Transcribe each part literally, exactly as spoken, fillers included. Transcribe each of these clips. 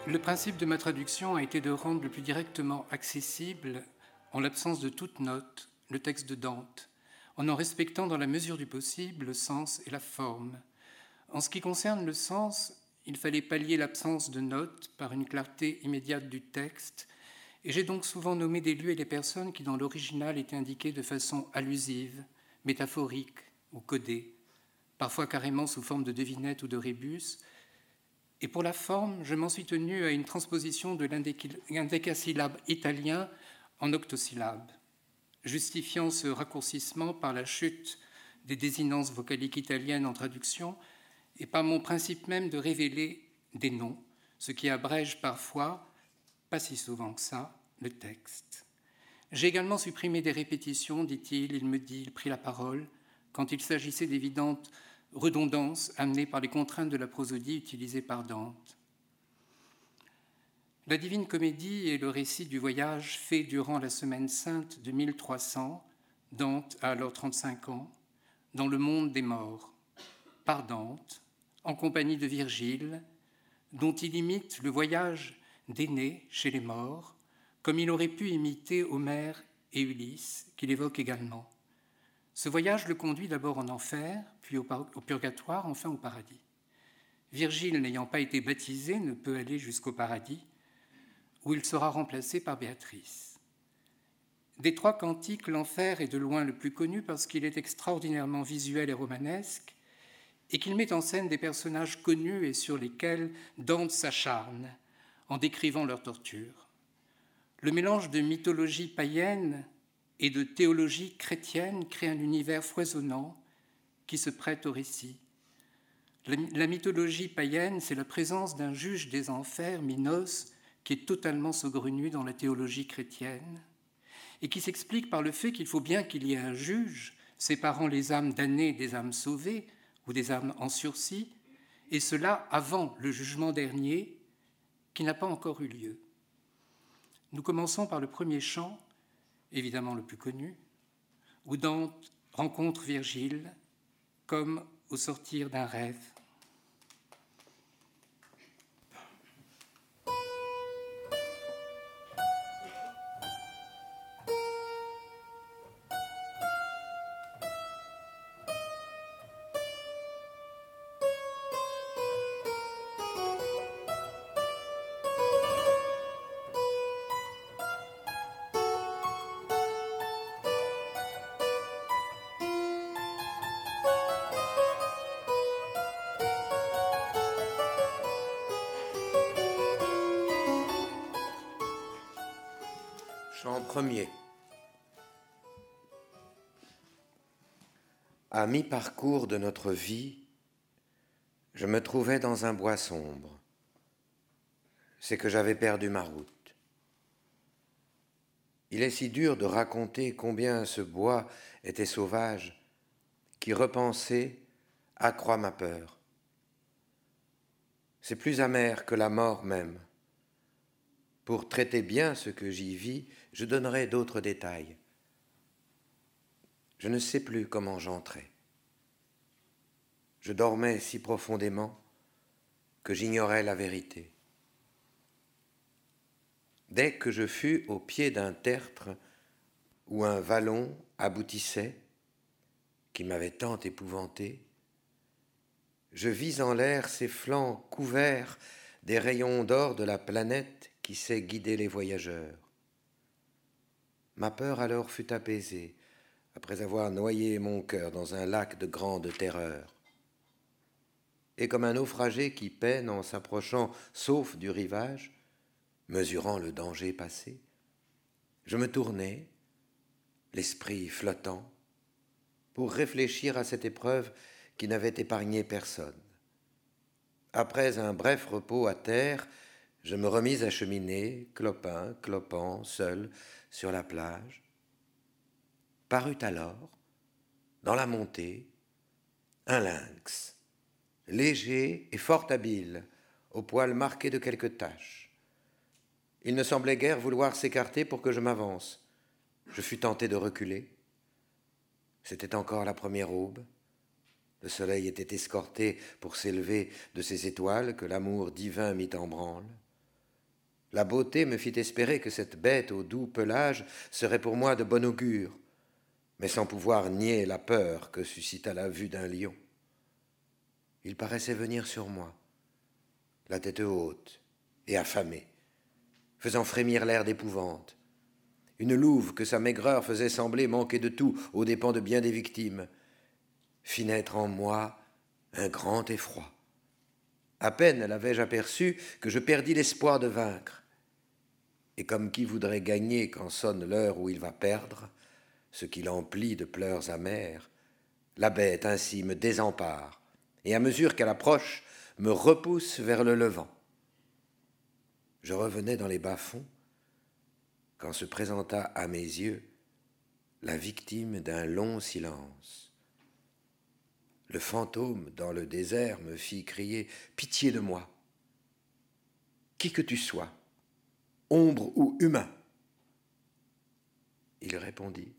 Le principe de ma traduction a été de rendre le plus directement accessible, en l'absence de toute note, le texte de Dante, en en respectant dans la mesure du possible le sens et la forme. En ce qui concerne le sens, il fallait pallier l'absence de notes par une clarté immédiate du texte, et j'ai donc souvent nommé des lieux et des personnes qui dans l'original étaient indiqués de façon allusive, métaphorique ou codée, parfois carrément sous forme de devinette ou de rébus. Et pour la forme, je m'en suis tenu à une transposition de l'indécasyllabe italien en octosyllabe, justifiant ce raccourcissement par la chute des désinences vocaliques italiennes en traduction et par mon principe même de révéler des noms, ce qui abrège parfois, pas si souvent que ça, le texte. J'ai également supprimé des répétitions, dit-il, il me dit, il prit la parole, quand il s'agissait d'évidentes redondances amenées par les contraintes de la prosodie utilisée par Dante. La Divine Comédie est le récit du voyage fait durant la Semaine sainte de mille trois cents, Dante a alors trente-cinq ans, dans le monde des morts, par Dante, en compagnie de Virgile, dont il imite le voyage d'Énée chez les morts, comme il aurait pu imiter Homère et Ulysse, qu'il évoque également. Ce voyage le conduit d'abord en enfer, puis au purgatoire, enfin au paradis. Virgile, n'ayant pas été baptisé, ne peut aller jusqu'au paradis, où il sera remplacé par Béatrice. Des trois cantiques, l'enfer est de loin le plus connu parce qu'il est extraordinairement visuel et romanesque, et qu'il met en scène des personnages connus et sur lesquels Dante s'acharne en décrivant leur torture. Le mélange de mythologie païenne et de théologie chrétienne crée un univers foisonnant qui se prête au récit. La mythologie païenne, c'est la présence d'un juge des enfers, Minos, qui est totalement saugrenu dans la théologie chrétienne, et qui s'explique par le fait qu'il faut bien qu'il y ait un juge séparant les âmes damnées des âmes sauvées ou des âmes en sursis, et cela avant le jugement dernier qui n'a pas encore eu lieu. Nous commençons par le premier chant, évidemment le plus connu, où Dante rencontre Virgile comme au sortir d'un rêve. Chant premier. À mi-parcours de notre vie, je me trouvais dans un bois sombre. C'est que j'avais perdu ma route. Il est si dur de raconter combien ce bois était sauvage, qu'y repenser accroît ma peur. C'est plus amer que la mort même. Pour traiter bien ce que j'y vis, je donnerai d'autres détails. Je ne sais plus comment j'entrais. Je dormais si profondément que j'ignorais la vérité. Dès que je fus au pied d'un tertre où un vallon aboutissait, qui m'avait tant épouvanté, je vis en l'air ses flancs couverts des rayons d'or de la planète qui sait guider les voyageurs. Ma peur alors fut apaisée, après avoir noyé mon cœur dans un lac de grande terreur. Et comme un naufragé qui peine en s'approchant sauf du rivage, mesurant le danger passé, je me tournai, l'esprit flottant, pour réfléchir à cette épreuve qui n'avait épargné personne. Après un bref repos à terre, je me remis à cheminer, clopin, clopant, seul, sur la plage. Parut alors, dans la montée, un lynx, léger et fort habile, au poil marqué de quelques taches. Il ne semblait guère vouloir s'écarter pour que je m'avance. Je fus tenté de reculer. C'était encore la première aube. Le soleil était escorté pour s'élever de ces étoiles que l'amour divin mit en branle. La beauté me fit espérer que cette bête au doux pelage serait pour moi de bon augure, mais sans pouvoir nier la peur que suscita la vue d'un lion. Il paraissait venir sur moi, la tête haute et affamée, faisant frémir l'air d'épouvante. Une louve que sa maigreur faisait sembler manquer de tout aux dépens de bien des victimes, fit naître en moi un grand effroi. À peine l'avais-je aperçu que je perdis l'espoir de vaincre. Et comme qui voudrait gagner quand sonne l'heure où il va perdre, ce qui l'emplit de pleurs amers, la bête ainsi me désempare, et à mesure qu'elle approche, me repousse vers le levant. Je revenais dans les bas-fonds, quand se présenta à mes yeux la victime d'un long silence. Le fantôme dans le désert me fit crier « Pitié de moi ! Qui que tu sois, ombre ou humain ?» Il répondit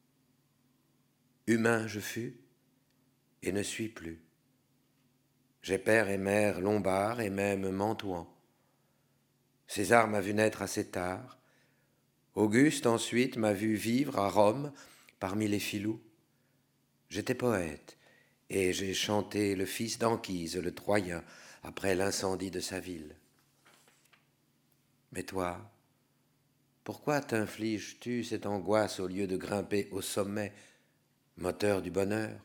« Humain je fus et ne suis plus. J'ai père et mère lombards et même mantouen. César m'a vu naître assez tard. Auguste ensuite m'a vu vivre à Rome parmi les filous. J'étais poète et j'ai chanté le fils d'Anchise, le Troyen, après l'incendie de sa ville. Mais toi, pourquoi t'infliges-tu cette angoisse au lieu de grimper au sommet, moteur du bonheur?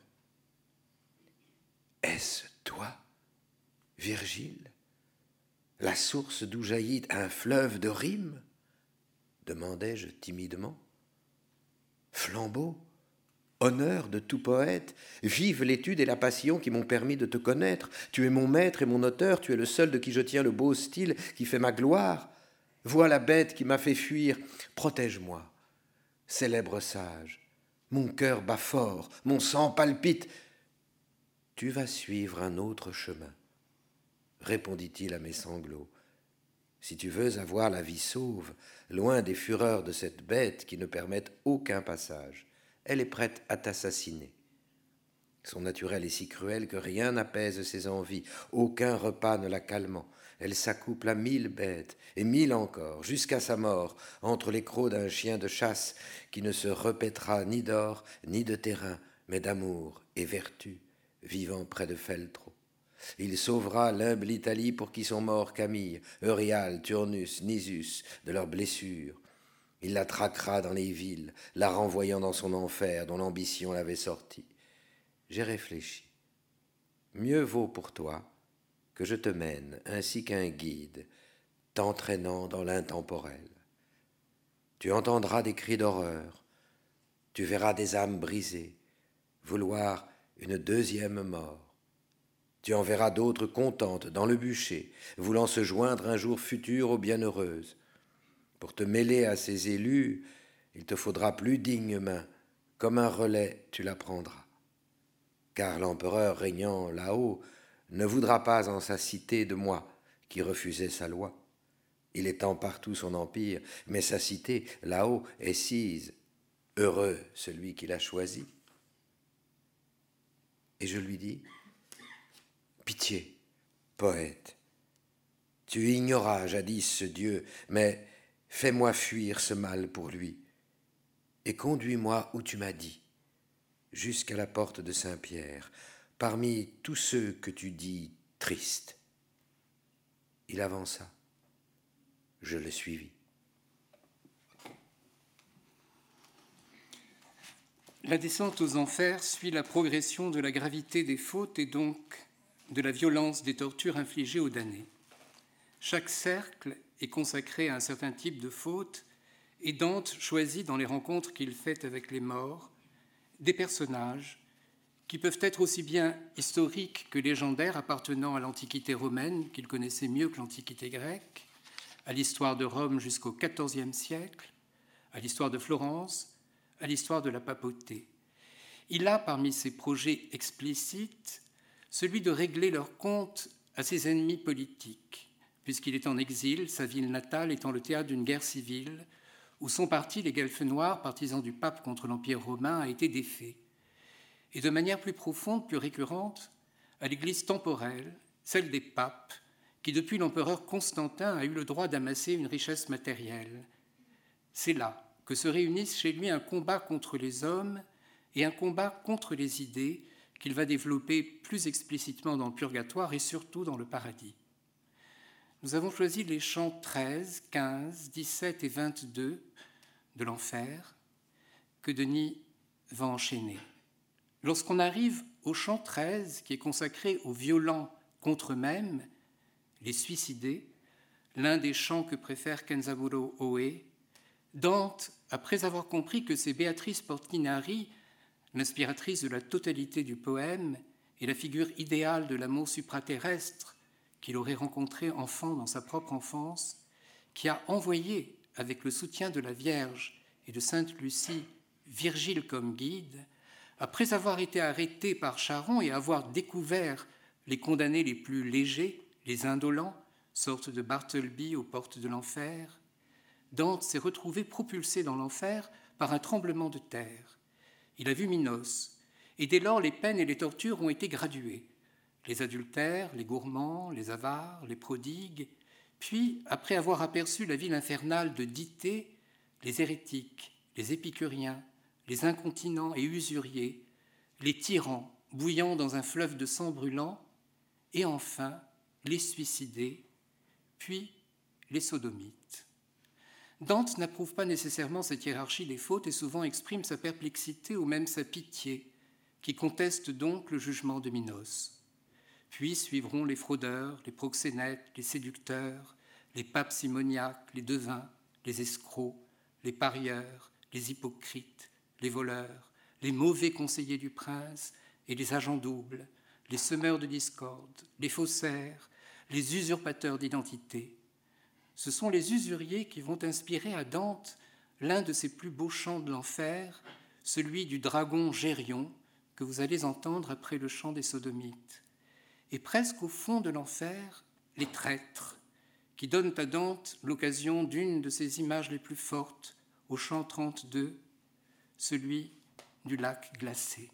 Est-ce toi, Virgile, la source d'où jaillit un fleuve de rimes? Demandai-je timidement. Flambeau, honneur de tout poète, vive l'étude et la passion qui m'ont permis de te connaître. Tu es mon maître et mon auteur, tu es le seul de qui je tiens le beau style qui fait ma gloire. Vois la bête qui m'a fait fuir, protège-moi, célèbre sage. Mon cœur bat fort, mon sang palpite. Tu vas suivre un autre chemin, répondit-il à mes sanglots. Si tu veux avoir la vie sauve, loin des fureurs de cette bête qui ne permettent aucun passage, elle est prête à t'assassiner. Son naturel est si cruel que rien n'apaise ses envies, aucun repas ne la calmant. Elle s'accouple à mille bêtes, et mille encore, jusqu'à sa mort, entre les crocs d'un chien de chasse qui ne se repaîtra ni d'or, ni de terrain, mais d'amour et vertu, vivant près de Feltro. Il sauvera l'humble Italie pour qui sont morts Camille, Euryale, Turnus, Nisus, de leurs blessures. Il la traquera dans les villes, la renvoyant dans son enfer dont l'ambition l'avait sortie. J'ai réfléchi. Mieux vaut pour toi que je te mène, ainsi qu'un guide, t'entraînant dans l'intemporel. Tu entendras des cris d'horreur, tu verras des âmes brisées, vouloir une deuxième mort. Tu en verras d'autres contentes dans le bûcher, voulant se joindre un jour futur aux bienheureuses. Pour te mêler à ces élus, il te faudra plus dignes mains, comme un relais tu la prendras. Car l'empereur régnant là-haut ne voudra pas en sa cité de moi, qui refusais sa loi. Il étend partout son empire, mais sa cité, là-haut, est sise. Heureux celui qui l'a choisi. Et je lui dis, pitié, poète, tu ignoras jadis ce Dieu, mais fais-moi fuir ce mal pour lui, et conduis-moi où tu m'as dit, jusqu'à la porte de Saint-Pierre, parmi tous ceux que tu dis tristes. Il avança. Je le suivis. La descente aux enfers suit la progression de la gravité des fautes et donc de la violence des tortures infligées aux damnés. Chaque cercle est consacré à un certain type de faute et Dante choisit dans les rencontres qu'il fait avec les morts des personnages qui peuvent être aussi bien historiques que légendaires appartenant à l'Antiquité romaine, qu'il connaissait mieux que l'Antiquité grecque, à l'histoire de Rome jusqu'au quatorzième siècle, à l'histoire de Florence, à l'histoire de la papauté. Il a, parmi ses projets explicites, celui de régler leurs comptes à ses ennemis politiques, puisqu'il est en exil, sa ville natale étant le théâtre d'une guerre civile, où son parti, les Guelfes noirs, partisans du pape contre l'Empire romain, a été défait. Et de manière plus profonde, plus récurrente, à l'Église temporelle, celle des papes, qui, depuis l'empereur Constantin, a eu le droit d'amasser une richesse matérielle. C'est là que se réunissent chez lui un combat contre les hommes et un combat contre les idées qu'il va développer plus explicitement dans le purgatoire et surtout dans le paradis. Nous avons choisi les chants treize, quinze, dix-sept et vingt-deux de l'enfer que Denis va enchaîner. Lorsqu'on arrive au chant treize, qui est consacré aux violents contre eux-mêmes, les suicidés, l'un des chants que préfère Kenzaburo Oe, Dante, après avoir compris que c'est Béatrice Portinari, l'inspiratrice de la totalité du poème et la figure idéale de l'amour supraterrestre qu'il aurait rencontré enfant dans sa propre enfance, qui a envoyé, avec le soutien de la Vierge et de Sainte Lucie, Virgile comme guide, après avoir été arrêté par Charon et avoir découvert les condamnés les plus légers, les indolents, sorte de Bartleby aux portes de l'enfer, Dante s'est retrouvé propulsé dans l'enfer par un tremblement de terre. Il a vu Minos, et dès lors les peines et les tortures ont été graduées. Les adultères, les gourmands, les avares, les prodigues, puis, après avoir aperçu la ville infernale de Dithée, les hérétiques, les épicuriens, les incontinents et usuriers, les tyrans bouillant dans un fleuve de sang brûlant, et enfin les suicidés, puis les sodomites. Dante n'approuve pas nécessairement cette hiérarchie des fautes et souvent exprime sa perplexité ou même sa pitié, qui conteste donc le jugement de Minos. Puis suivront les fraudeurs, les proxénètes, les séducteurs, les papes simoniaques, les devins, les escrocs, les parieurs, les hypocrites, les voleurs, les mauvais conseillers du prince et les agents doubles, les semeurs de discorde, les faussaires, les usurpateurs d'identité. Ce sont les usuriers qui vont inspirer à Dante l'un de ses plus beaux chants de l'enfer, celui du dragon Gérion, que vous allez entendre après le chant des sodomites. Et presque au fond de l'enfer, les traîtres, qui donnent à Dante l'occasion d'une de ses images les plus fortes, au chant trente-deux, celui du lac glacé.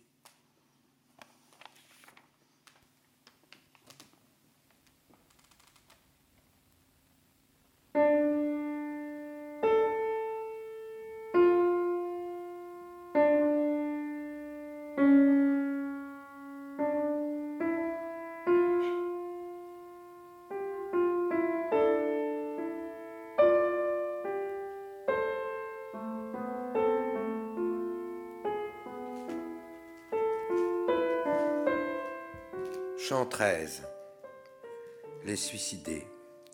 Chant treize. Les suicidés.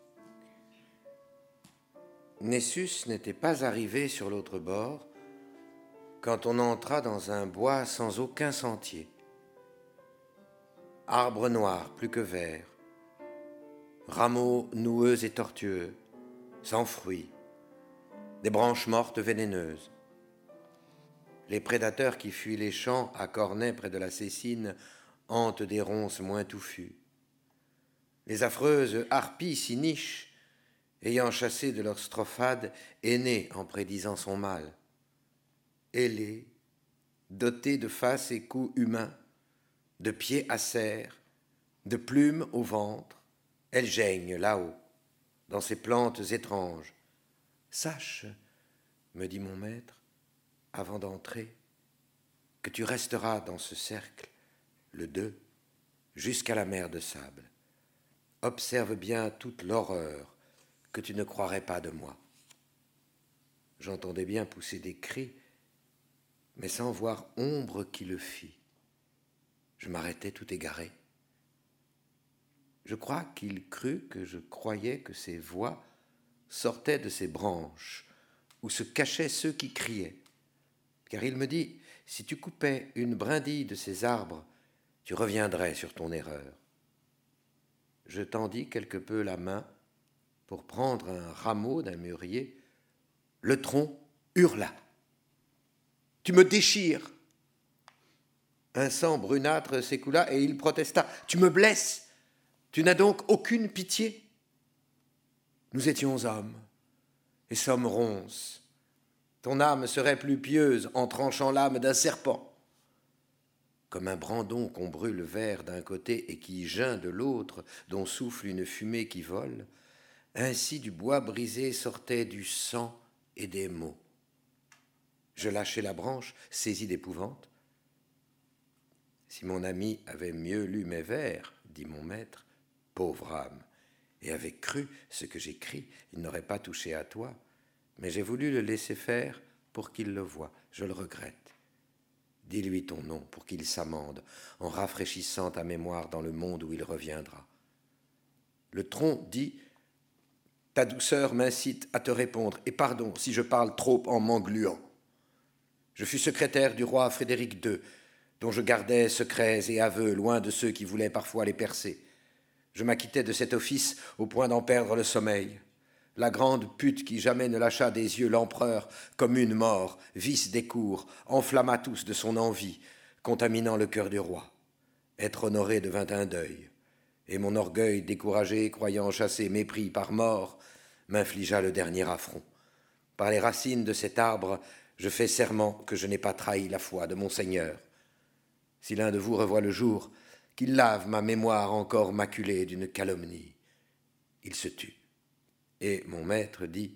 Nessus n'était pas arrivé sur l'autre bord quand on entra dans un bois sans aucun sentier. Arbres noirs plus que verts, rameaux noueux et tortueux, sans fruits, des branches mortes vénéneuses. Les prédateurs qui fuient les champs à Cornay près de la Cécine hantent des ronces moins touffues. Les affreuses harpies s'y nichent, ayant chassé de leur strophade aînée en prédisant son mal. Ailées, dotées de face et cou humains, de pieds acères, de plumes au ventre, elles geignent là-haut, dans ces plantes étranges. Sache, me dit mon maître, avant d'entrer, que tu resteras dans ce cercle, le deux, jusqu'à la mer de sable. Observe bien toute l'horreur que tu ne croirais pas de moi. J'entendais bien pousser des cris, mais sans voir ombre qui le fît. Je m'arrêtais tout égaré. Je crois qu'il crut que je croyais que ces voix sortaient de ces branches, où se cachaient ceux qui criaient. Car il me dit, si tu coupais une brindille de ces arbres, tu reviendrais sur ton erreur. Je tendis quelque peu la main pour prendre un rameau d'un mûrier. Le tronc hurla. « Tu me déchires !» Un sang brunâtre s'écoula et il protesta. « Tu me blesses ! Tu n'as donc aucune pitié !» Nous étions hommes et sommes ronces. Ton âme serait plus pieuse en tranchant l'âme d'un serpent. comme un brandon qu'on brûle vert d'un côté et qui geint de l'autre, dont souffle une fumée qui vole, ainsi du bois brisé sortait du sang et des mots. Je lâchai la branche, saisi d'épouvante. Si mon ami avait mieux lu mes vers, dit mon maître, pauvre âme, et avait cru ce que j'écris, il n'aurait pas touché à toi. Mais j'ai voulu le laisser faire pour qu'il le voie. Je le regrette. Dis-lui ton nom pour qu'il s'amende, en rafraîchissant ta mémoire dans le monde où il reviendra. Le tronc dit « Ta douceur m'incite à te répondre, et pardon si je parle trop en m'engluant. Je fus secrétaire du roi Frédéric deux, dont je gardais secrets et aveux loin de ceux qui voulaient parfois les percer. Je m'acquittais de cet office au point d'en perdre le sommeil. La grande pute qui jamais ne lâcha des yeux l'empereur, comme une mort, vice des cours, enflamma tous de son envie, contaminant le cœur du roi. Être honoré devint un deuil, et mon orgueil découragé, croyant chasser mépris par mort, m'infligea le dernier affront. Par les racines de cet arbre, je fais serment que je n'ai pas trahi la foi de mon Seigneur. Si l'un de vous revoit le jour, qu'il lave ma mémoire encore maculée d'une calomnie. Il se tut. Et mon maître dit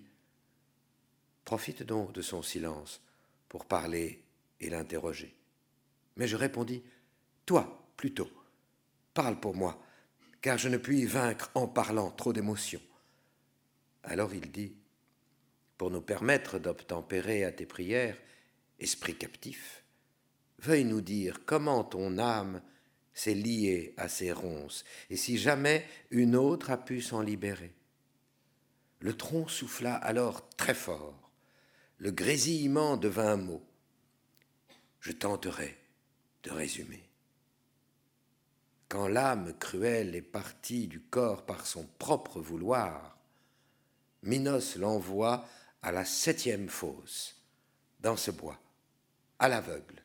« Profite donc de son silence pour parler et l'interroger. » Mais je répondis « Toi, plutôt, parle pour moi, car je ne puis vaincre en parlant trop d'émotion. » Alors il dit « Pour nous permettre d'obtempérer à tes prières, esprit captif, veuille nous dire comment ton âme s'est liée à ces ronces, et si jamais une autre a pu s'en libérer. » Le tronc souffla alors très fort. Le grésillement devint un mot. Je tenterai de résumer. Quand l'âme cruelle est partie du corps par son propre vouloir, Minos l'envoie à la septième fosse, dans ce bois, à l'aveugle,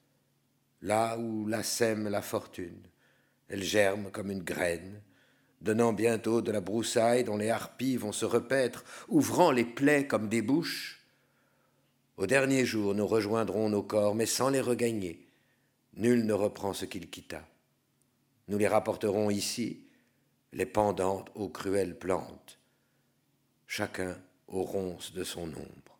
là où la sème la fortune. Elle germe comme une graine, donnant bientôt de la broussaille dont les harpies vont se repaître, ouvrant les plaies comme des bouches. Au dernier jour, nous rejoindrons nos corps, mais sans les regagner. Nul ne reprend ce qu'il quitta. Nous les rapporterons ici, les pendantes aux cruelles plantes, chacun aux ronces de son ombre.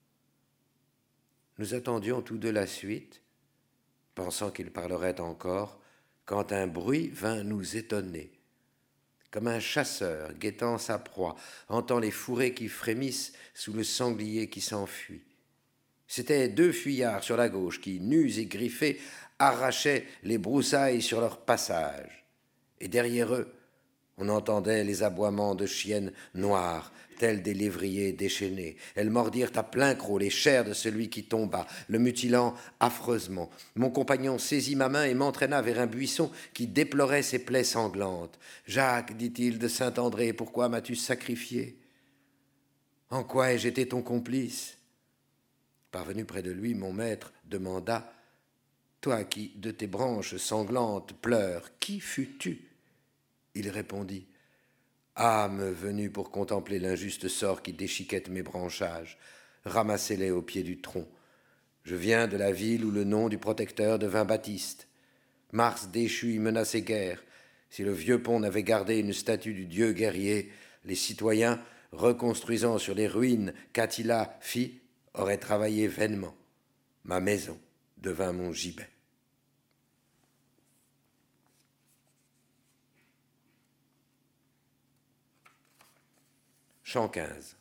Nous attendions tous deux la suite, pensant qu'il parlerait encore, quand un bruit vint nous étonner. Comme un chasseur, guettant sa proie, entend les fourrés qui frémissent sous le sanglier qui s'enfuit. C'étaient deux fuyards sur la gauche qui, nus et griffés, arrachaient les broussailles sur leur passage. Et derrière eux, on entendait les aboiements de chiennes noires, tels des lévriers déchaînés. Elles mordirent à plein croc les chairs de celui qui tomba, le mutilant affreusement. Mon compagnon saisit ma main et m'entraîna vers un buisson qui déplorait ses plaies sanglantes. « Jacques, dit-il de Saint-André, pourquoi m'as-tu sacrifié? En quoi ai-je été ton complice ?» Parvenu près de lui, mon maître demanda « Toi qui, de tes branches sanglantes, pleures, qui fus-tu » Il répondit « Âme venue pour contempler l'injuste sort qui déchiquette mes branchages, ramassez-les au pied du tronc. Je viens de la ville où le nom du protecteur devint Baptiste. Mars déchu y menaçait guerre. Si le vieux pont n'avait gardé une statue du dieu guerrier, les citoyens, reconstruisant sur les ruines qu'Attila fit, auraient travaillé vainement. Ma maison devint mon gibet. » Chant quinze.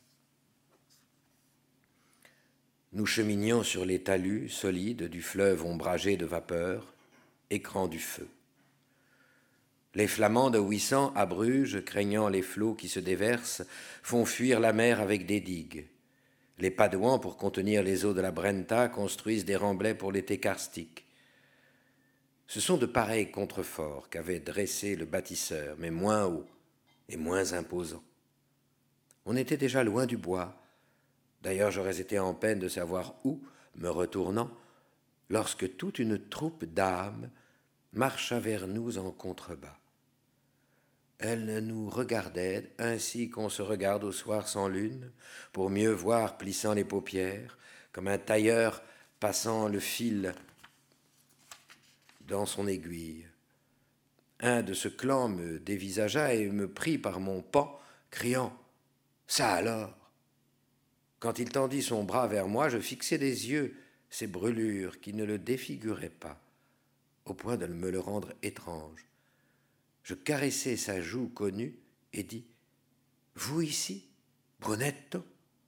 Nous cheminions sur les talus solides du fleuve ombragé de vapeur, écran du feu. Les flamands de Ouessant à Bruges, craignant les flots qui se déversent, font fuir la mer avec des digues. Les Padouans, pour contenir les eaux de la Brenta, construisent des remblais pour l'été karstique. Ce sont de pareils contreforts qu'avait dressés le bâtisseur, mais moins hauts et moins imposants. On était déjà loin du bois. D'ailleurs, j'aurais été en peine de savoir où, me retournant, lorsque toute une troupe d'âmes marcha vers nous en contrebas. Elle nous regardait ainsi qu'on se regarde au soir sans lune, pour mieux voir plissant les paupières, comme un tailleur passant le fil dans son aiguille. Un de ce clan me dévisagea et me prit par mon pan, criant « Ça alors !» Quand il tendit son bras vers moi, je fixai des yeux ces brûlures qui ne le défiguraient pas, au point de me le rendre étrange. Je caressai sa joue connue et dis « Vous ici, Brunetto ?»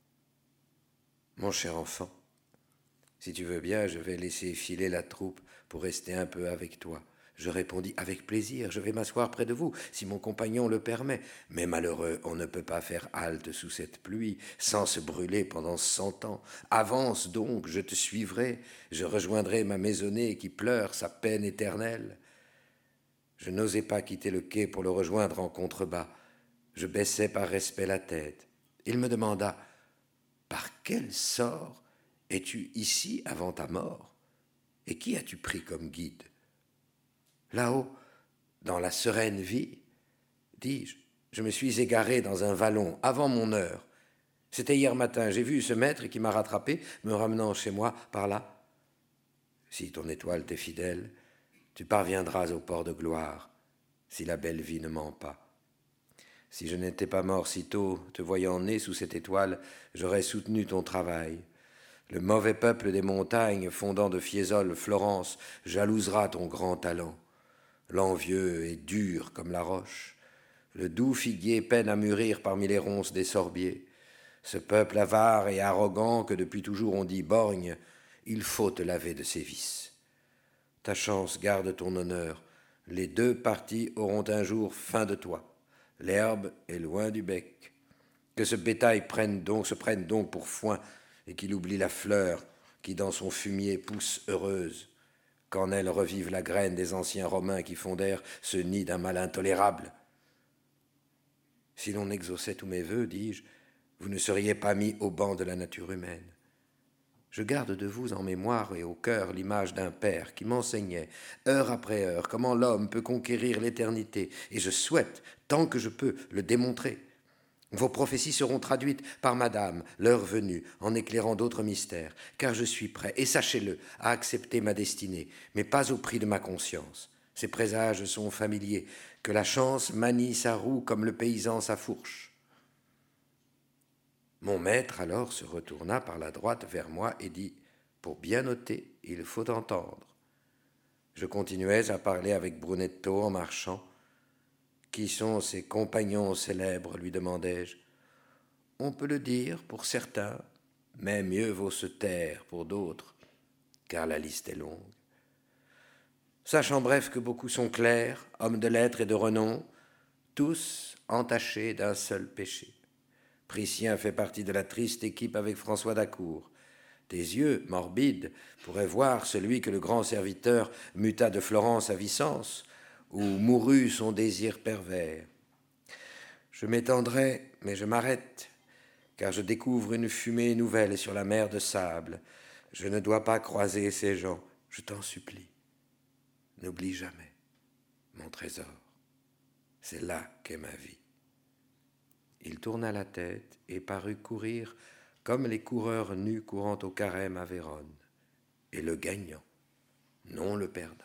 Mon cher enfant, si tu veux bien, je vais laisser filer la troupe pour rester un peu avec toi. Je répondis « Avec plaisir, je vais m'asseoir près de vous, si mon compagnon le permet. Mais malheureux, on ne peut pas faire halte sous cette pluie, sans se brûler pendant cent ans. Avance donc, je te suivrai, je rejoindrai ma maisonnée qui pleure sa peine éternelle. » Je n'osais pas quitter le quai pour le rejoindre en contrebas. Je baissai par respect la tête. Il me demanda « Par quel sort es-tu ici avant ta mort? Et qui as-tu pris comme guide ?» Là-haut, dans la sereine vie, dis-je, je me suis égaré dans un vallon avant mon heure. C'était hier matin, j'ai vu ce maître qui m'a rattrapé, me ramenant chez moi par là. Si ton étoile t'est fidèle, tu parviendras au port de gloire, si la belle vie ne ment pas. Si je n'étais pas mort si tôt, te voyant né sous cette étoile, j'aurais soutenu ton travail. Le mauvais peuple des montagnes, fondant de Fiesole Florence, jalousera ton grand talent. L'envieux est dur comme la roche. Le doux figuier peine à mûrir parmi les ronces des sorbiers. Ce peuple avare et arrogant que depuis toujours on dit borgne, il faut te laver de ses vices. Ta chance garde ton honneur. Les deux parties auront un jour faim de toi. L'herbe est loin du bec. Que ce bétail prenne donc, se prenne donc pour foin et qu'il oublie la fleur qui dans son fumier pousse heureuse. Qu'en elle revive la graine des anciens Romains qui fondèrent ce nid d'un mal intolérable. Si l'on exauçait tous mes vœux, dis-je, vous ne seriez pas mis au banc de la nature humaine. Je garde de vous en mémoire et au cœur l'image d'un père qui m'enseignait, heure après heure, comment l'homme peut conquérir l'éternité, et je souhaite, tant que je peux, le démontrer. Vos prophéties seront traduites par madame, l'heure venue, en éclairant d'autres mystères, car je suis prêt, et sachez-le, à accepter ma destinée, mais pas au prix de ma conscience. Ces présages sont familiers, que la chance manie sa roue comme le paysan sa fourche. Mon maître alors se retourna par la droite vers moi et dit « Pour bien noter, il faut entendre. » Je continuais à parler avec Brunetto en marchant. « Qui sont ces compagnons célèbres ?» lui demandai-je. « On peut le dire pour certains, mais mieux vaut se taire pour d'autres, car la liste est longue. Sachant bref que beaucoup sont clercs, hommes de lettres et de renom, tous entachés d'un seul péché. Priscien fait partie de la triste équipe avec François d'Acour. Tes yeux, morbides, pourraient voir celui que le grand serviteur muta de Florence à Vicence, où mourut son désir pervers. Je m'étendrai, mais je m'arrête, car je découvre une fumée nouvelle sur la mer de sable. Je ne dois pas croiser ces gens, je t'en supplie. N'oublie jamais, mon trésor, c'est là qu'est ma vie. Il tourna la tête et parut courir comme les coureurs nus courant au carême à Vérone, et le gagnant, non le perdant.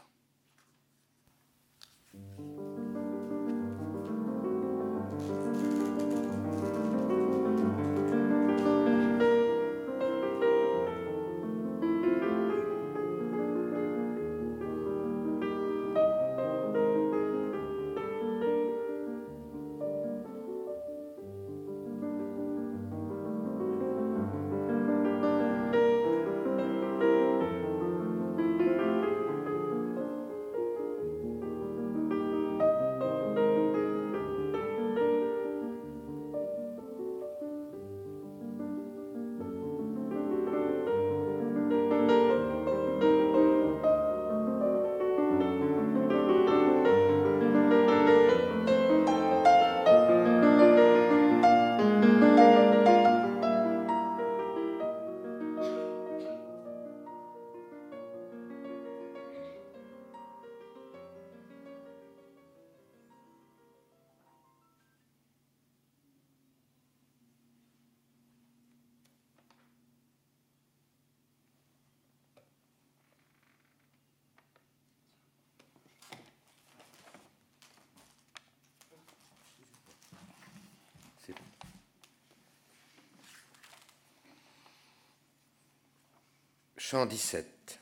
Chant dix-sept.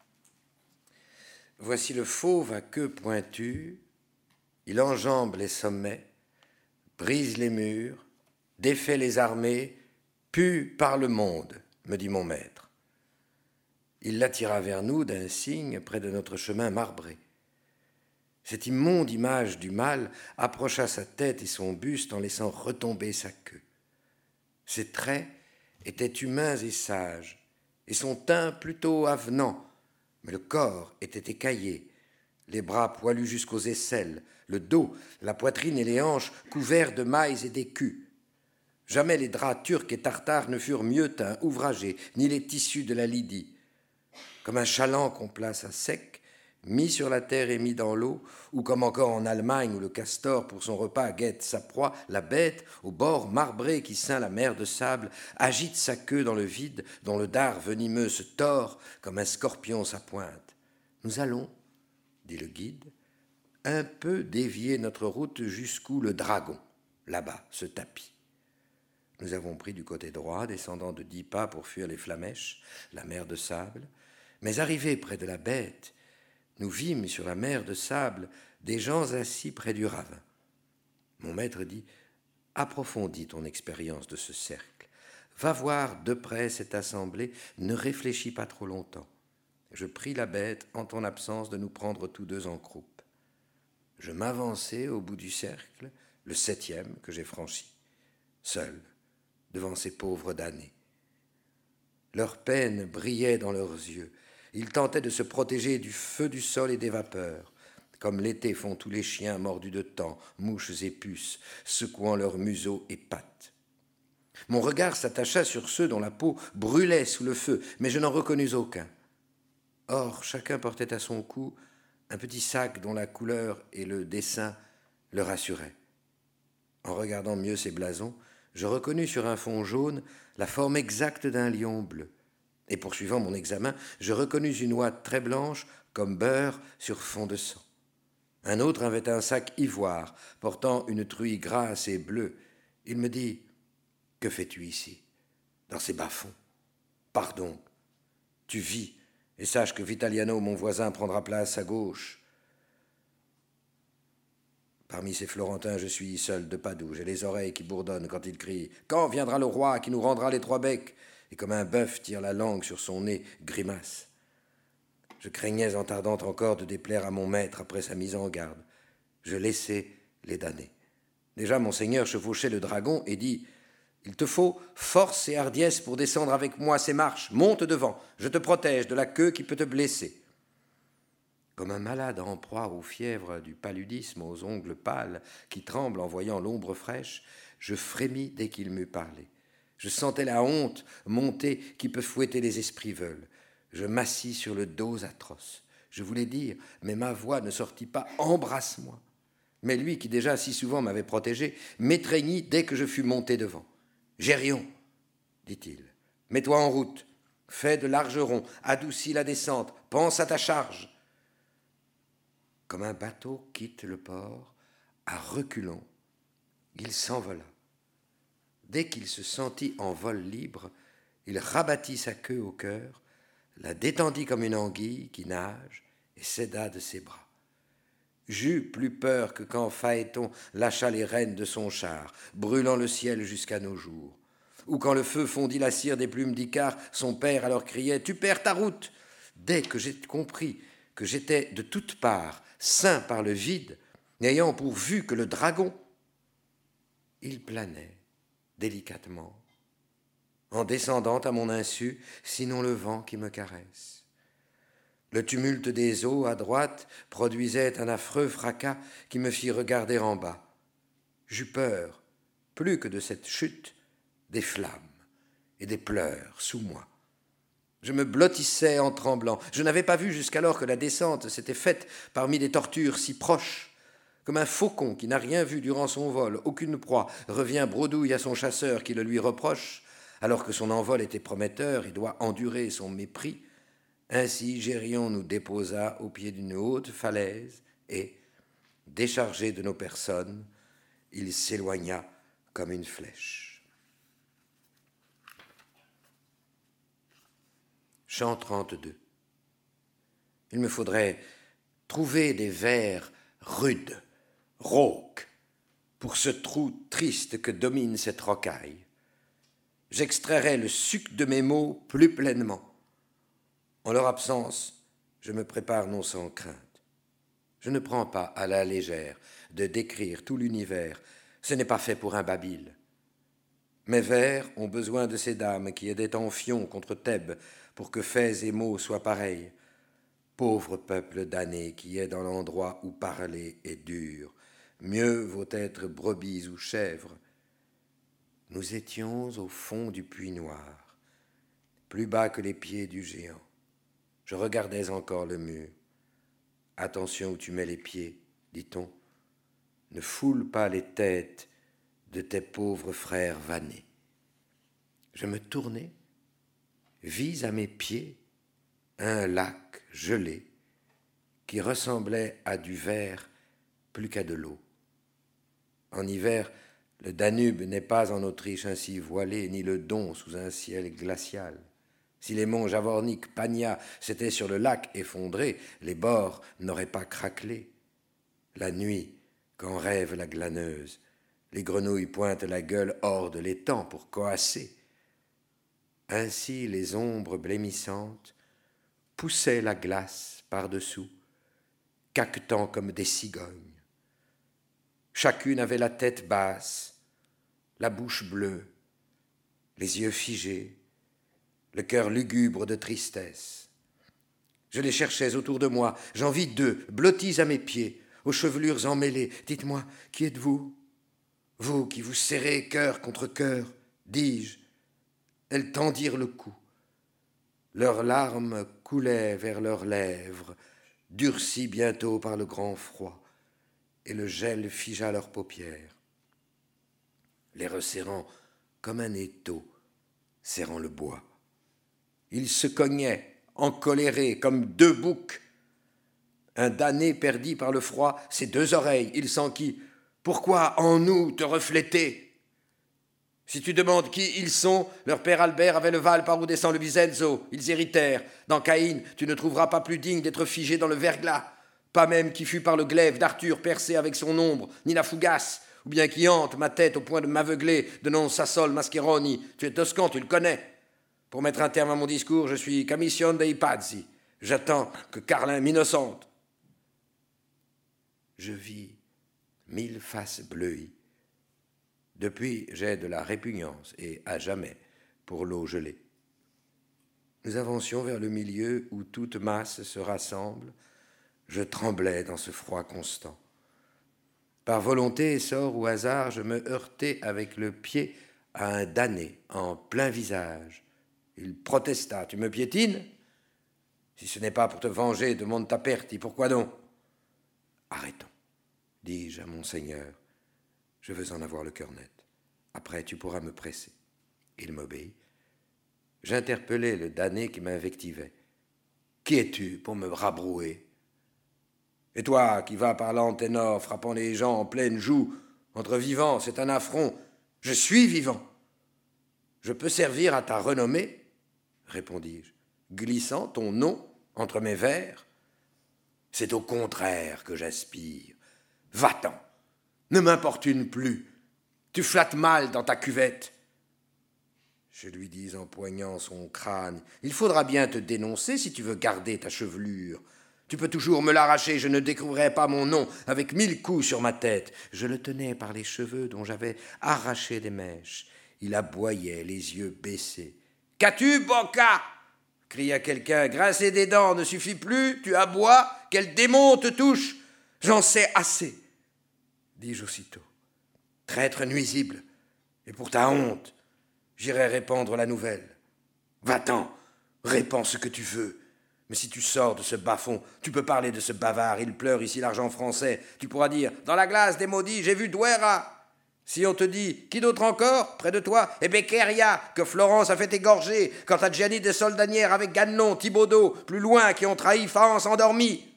Voici le fauve à queue pointue, il enjambe les sommets, brise les murs, défait les armées, pue par le monde, me dit mon maître. Il l'attira vers nous d'un signe près de notre chemin marbré. Cette immonde image du mal approcha sa tête et son buste en laissant retomber sa queue. Ses traits étaient humains et sages, et son teint plutôt avenant, mais le corps était écaillé, les bras poilus jusqu'aux aisselles, le dos, la poitrine et les hanches couverts de mailles et d'écus. Jamais les draps turcs et tartares ne furent mieux teints, ouvragés, ni les tissus de la Lydie. Comme un chaland qu'on place à sec, mis sur la terre et mis dans l'eau, ou comme encore en Allemagne où le castor pour son repas guette sa proie, la bête, au bord marbré qui ceint la mer de sable, agite sa queue dans le vide dont le dard venimeux se tord comme un scorpion sa pointe. Nous allons, dit le guide, un peu dévier notre route jusqu'où le dragon, là-bas, se tapit. Nous avons pris du côté droit, descendant de dix pas pour fuir les flamèches, la mer de sable, mais arrivés près de la bête, nous vîmes sur la mer de sable des gens assis près du ravin. Mon maître dit « Approfondis ton expérience de ce cercle. Va voir de près cette assemblée, ne réfléchis pas trop longtemps. » Je prie la bête, en ton absence, de nous prendre tous deux en croupe. Je m'avançai au bout du cercle, le septième que j'ai franchi, seul, devant ces pauvres damnés. Leur peine brillait dans leurs yeux. Ils tentaient de se protéger du feu du sol et des vapeurs, comme l'été font tous les chiens mordus de temps, mouches et puces, secouant leurs museaux et pattes. Mon regard s'attacha sur ceux dont la peau brûlait sous le feu, mais je n'en reconnus aucun. Or, chacun portait à son cou un petit sac dont la couleur et le dessin le rassuraient. En regardant mieux ces blasons, je reconnus sur un fond jaune la forme exacte d'un lion bleu. Et poursuivant mon examen, je reconnus une ouate très blanche, comme beurre, sur fond de sang. Un autre avait un sac ivoire, portant une truie grasse et bleue. Il me dit « Que fais-tu ici, dans ces bas-fonds? Pardon, tu vis, et sache que Vitaliano, mon voisin, prendra place à gauche. Parmi ces Florentins, je suis seul de Padoue. J'ai les oreilles qui bourdonnent quand il crie « Quand viendra le roi qui nous rendra les trois becs ?» Et comme un bœuf tire la langue sur son nez, grimace. Je craignais en tardant encore de déplaire à mon maître après sa mise en garde. Je laissai les damnés. Déjà, mon seigneur chevauchait le dragon et dit « Il te faut force et hardiesse pour descendre avec moi ces marches. Monte devant, je te protège de la queue qui peut te blesser. » Comme un malade en proie aux fièvres du paludisme, aux ongles pâles qui tremblent en voyant l'ombre fraîche, je frémis dès qu'il m'eut parlé. Je sentais la honte monter qui peut fouetter les esprits veules. Je m'assis sur le dos atroce. Je voulais dire, mais ma voix ne sortit pas « Embrasse-moi ». Mais lui, qui déjà si souvent m'avait protégé, m'étreignit dès que je fus monté devant. « Gérion, dit-il, mets-toi en route, fais de larges ronds, adoucis la descente, pense à ta charge. » Comme un bateau quitte le port, à reculons, il s'envola. Dès qu'il se sentit en vol libre, il rabattit sa queue au cœur, la détendit comme une anguille qui nage et céda de ses bras. J'eus plus peur que quand Phaéton lâcha les rênes de son char, brûlant le ciel jusqu'à nos jours. Ou quand le feu fondit la cire des plumes d'Icare, son père alors criait « Tu perds ta route !» Dès que j'ai compris que j'étais de toutes parts, ceint par le vide, n'ayant pour vue que le dragon, il planait délicatement, en descendant à mon insu, sinon le vent qui me caresse. Le tumulte des eaux à droite produisait un affreux fracas qui me fit regarder en bas. J'eus peur, plus que de cette chute, des flammes et des pleurs sous moi. Je me blottissais en tremblant. Je n'avais pas vu jusqu'alors que la descente s'était faite parmi des tortures si proches. Comme un faucon qui n'a rien vu durant son vol, aucune proie, revient bredouille à son chasseur qui le lui reproche, alors que son envol était prometteur et doit endurer son mépris. Ainsi Gérion nous déposa au pied d'une haute falaise et, déchargé de nos personnes, il s'éloigna comme une flèche. Chant trente-deux. Il me faudrait trouver des vers rudes, rauques, pour ce trou triste que domine cette rocaille. J'extrairai le suc de mes mots plus pleinement. En leur absence, je me prépare non sans crainte. Je ne prends pas à la légère de décrire tout l'univers, ce n'est pas fait pour un babil. Mes vers ont besoin de ces dames qui aidaient en fion contre Thèbes pour que faits et mots soient pareils. Pauvre peuple damné qui est dans l'endroit où parler est dur, mieux vaut être brebis ou chèvre. Nous étions au fond du puits noir, plus bas que les pieds du géant. Je regardais encore le mur. Attention où tu mets les pieds, dit-on. Ne foule pas les têtes de tes pauvres frères vannés. Je me tournai, vis à mes pieds un lac gelé qui ressemblait à du verre plus qu'à de l'eau. En hiver, le Danube n'est pas en Autriche ainsi voilé, ni le Don sous un ciel glacial. Si les monts Javornik, Pania s'étaient sur le lac effondrés, les bords n'auraient pas craquelé. La nuit, quand rêve la glaneuse, les grenouilles pointent la gueule hors de l'étang pour coasser. Ainsi les ombres blêmissantes poussaient la glace par-dessous, caquetant comme des cigognes. Chacune avait la tête basse, la bouche bleue, les yeux figés, le cœur lugubre de tristesse. Je les cherchais autour de moi, j'en vis deux, blottis à mes pieds, aux chevelures emmêlées. Dites-moi, qui êtes-vous? Vous qui vous serrez cœur contre cœur, dis-je. Elles tendirent le cou. Leurs larmes coulaient vers leurs lèvres, durcies bientôt par le grand froid, et le gel figea leurs paupières. Les resserrant comme un étau, serrant le bois. Ils se cognaient, encolérés, comme deux boucs. Un damné perdit par le froid ses deux oreilles. Il s'enquit. Pourquoi en nous te refléter? Si tu demandes qui ils sont, leur père Albert avait le val par où descend le Vicenzo. Ils héritèrent. Dans Caïn, tu ne trouveras pas plus digne d'être figé dans le verglas. Pas même qui fut par le glaive d'Arthur percé avec son ombre, ni la fougasse, ou bien qui hante ma tête au point de m'aveugler de non Sassol Mascheroni. Tu es toscan, tu le connais. Pour mettre un terme à mon discours, je suis commission dei pazzi. J'attends que Carlin m'innocente. Je vis mille faces bleuies. Depuis, j'ai de la répugnance, et à jamais, pour l'eau gelée. Nous avancions vers le milieu où toute masse se rassemble. Je tremblais dans ce froid constant. Par volonté, sort ou hasard, je me heurtai avec le pied à un damné en plein visage. Il protesta. « Tu me piétines? Si ce n'est pas pour te venger de Montaperti, pourquoi donc ?»« Arrêtons, dis-je à mon seigneur. Je veux en avoir le cœur net. Après, tu pourras me presser. » Il m'obéit. J'interpellai le damné qui m'invectivait. « Qui es-tu pour me rabrouer? Et toi qui vas parlant ténor, frappant les gens en pleine joue, entre vivants, c'est un affront. Je suis vivant. Je peux servir à ta renommée, répondis-je, glissant ton nom entre mes vers. C'est au contraire que j'aspire. Va-t'en, ne m'importune plus. Tu flattes mal dans ta cuvette. Je lui dis en poignant son crâne, il faudra bien te dénoncer si tu veux garder ta chevelure. Tu peux toujours me l'arracher, je ne découvrirai pas mon nom avec mille coups sur ma tête. Je le tenais par les cheveux dont j'avais arraché des mèches. Il aboyait, les yeux baissés. « Qu'as-tu, Boca ?» cria quelqu'un. « Grincer des dents ne suffit plus, tu aboies, quel démon te touche? J'en sais assez, dis-je aussitôt. Traître nuisible, et pour ta honte, j'irai répandre la nouvelle. Va-t'en, répands ce que tu veux. Mais si tu sors de ce bas-fond, tu peux parler de ce bavard, il pleure ici l'argent français. Tu pourras dire, dans la glace des maudits, j'ai vu Douera. Si on te dit, qui d'autre encore, près de toi? Eh Beccaria, que Florence a fait égorger, quant à Gianni de Soldanière avec Gannon, Thibaudot, plus loin, qui ont trahi Faance endormi.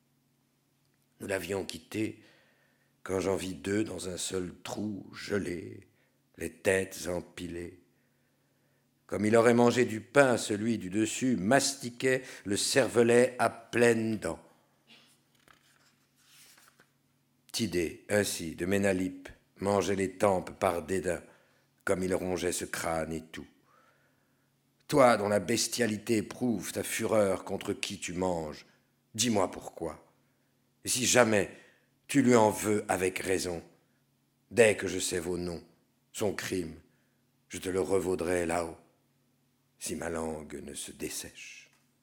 Nous l'avions quitté quand j'en vis deux dans un seul trou gelé, les têtes empilées. comme il aurait mangé du pain, celui du dessus mastiquait le cervelet à pleines dents. Tidée, ainsi, de Ménalippe, mangeait les tempes par dédain, comme il rongeait ce crâne et tout. Toi dont la bestialité éprouve ta fureur contre qui tu manges, dis-moi pourquoi. Et si jamais tu lui en veux avec raison, dès que je sais vos noms, son crime, je te le revaudrai là-haut, si ma langue ne se dessèche.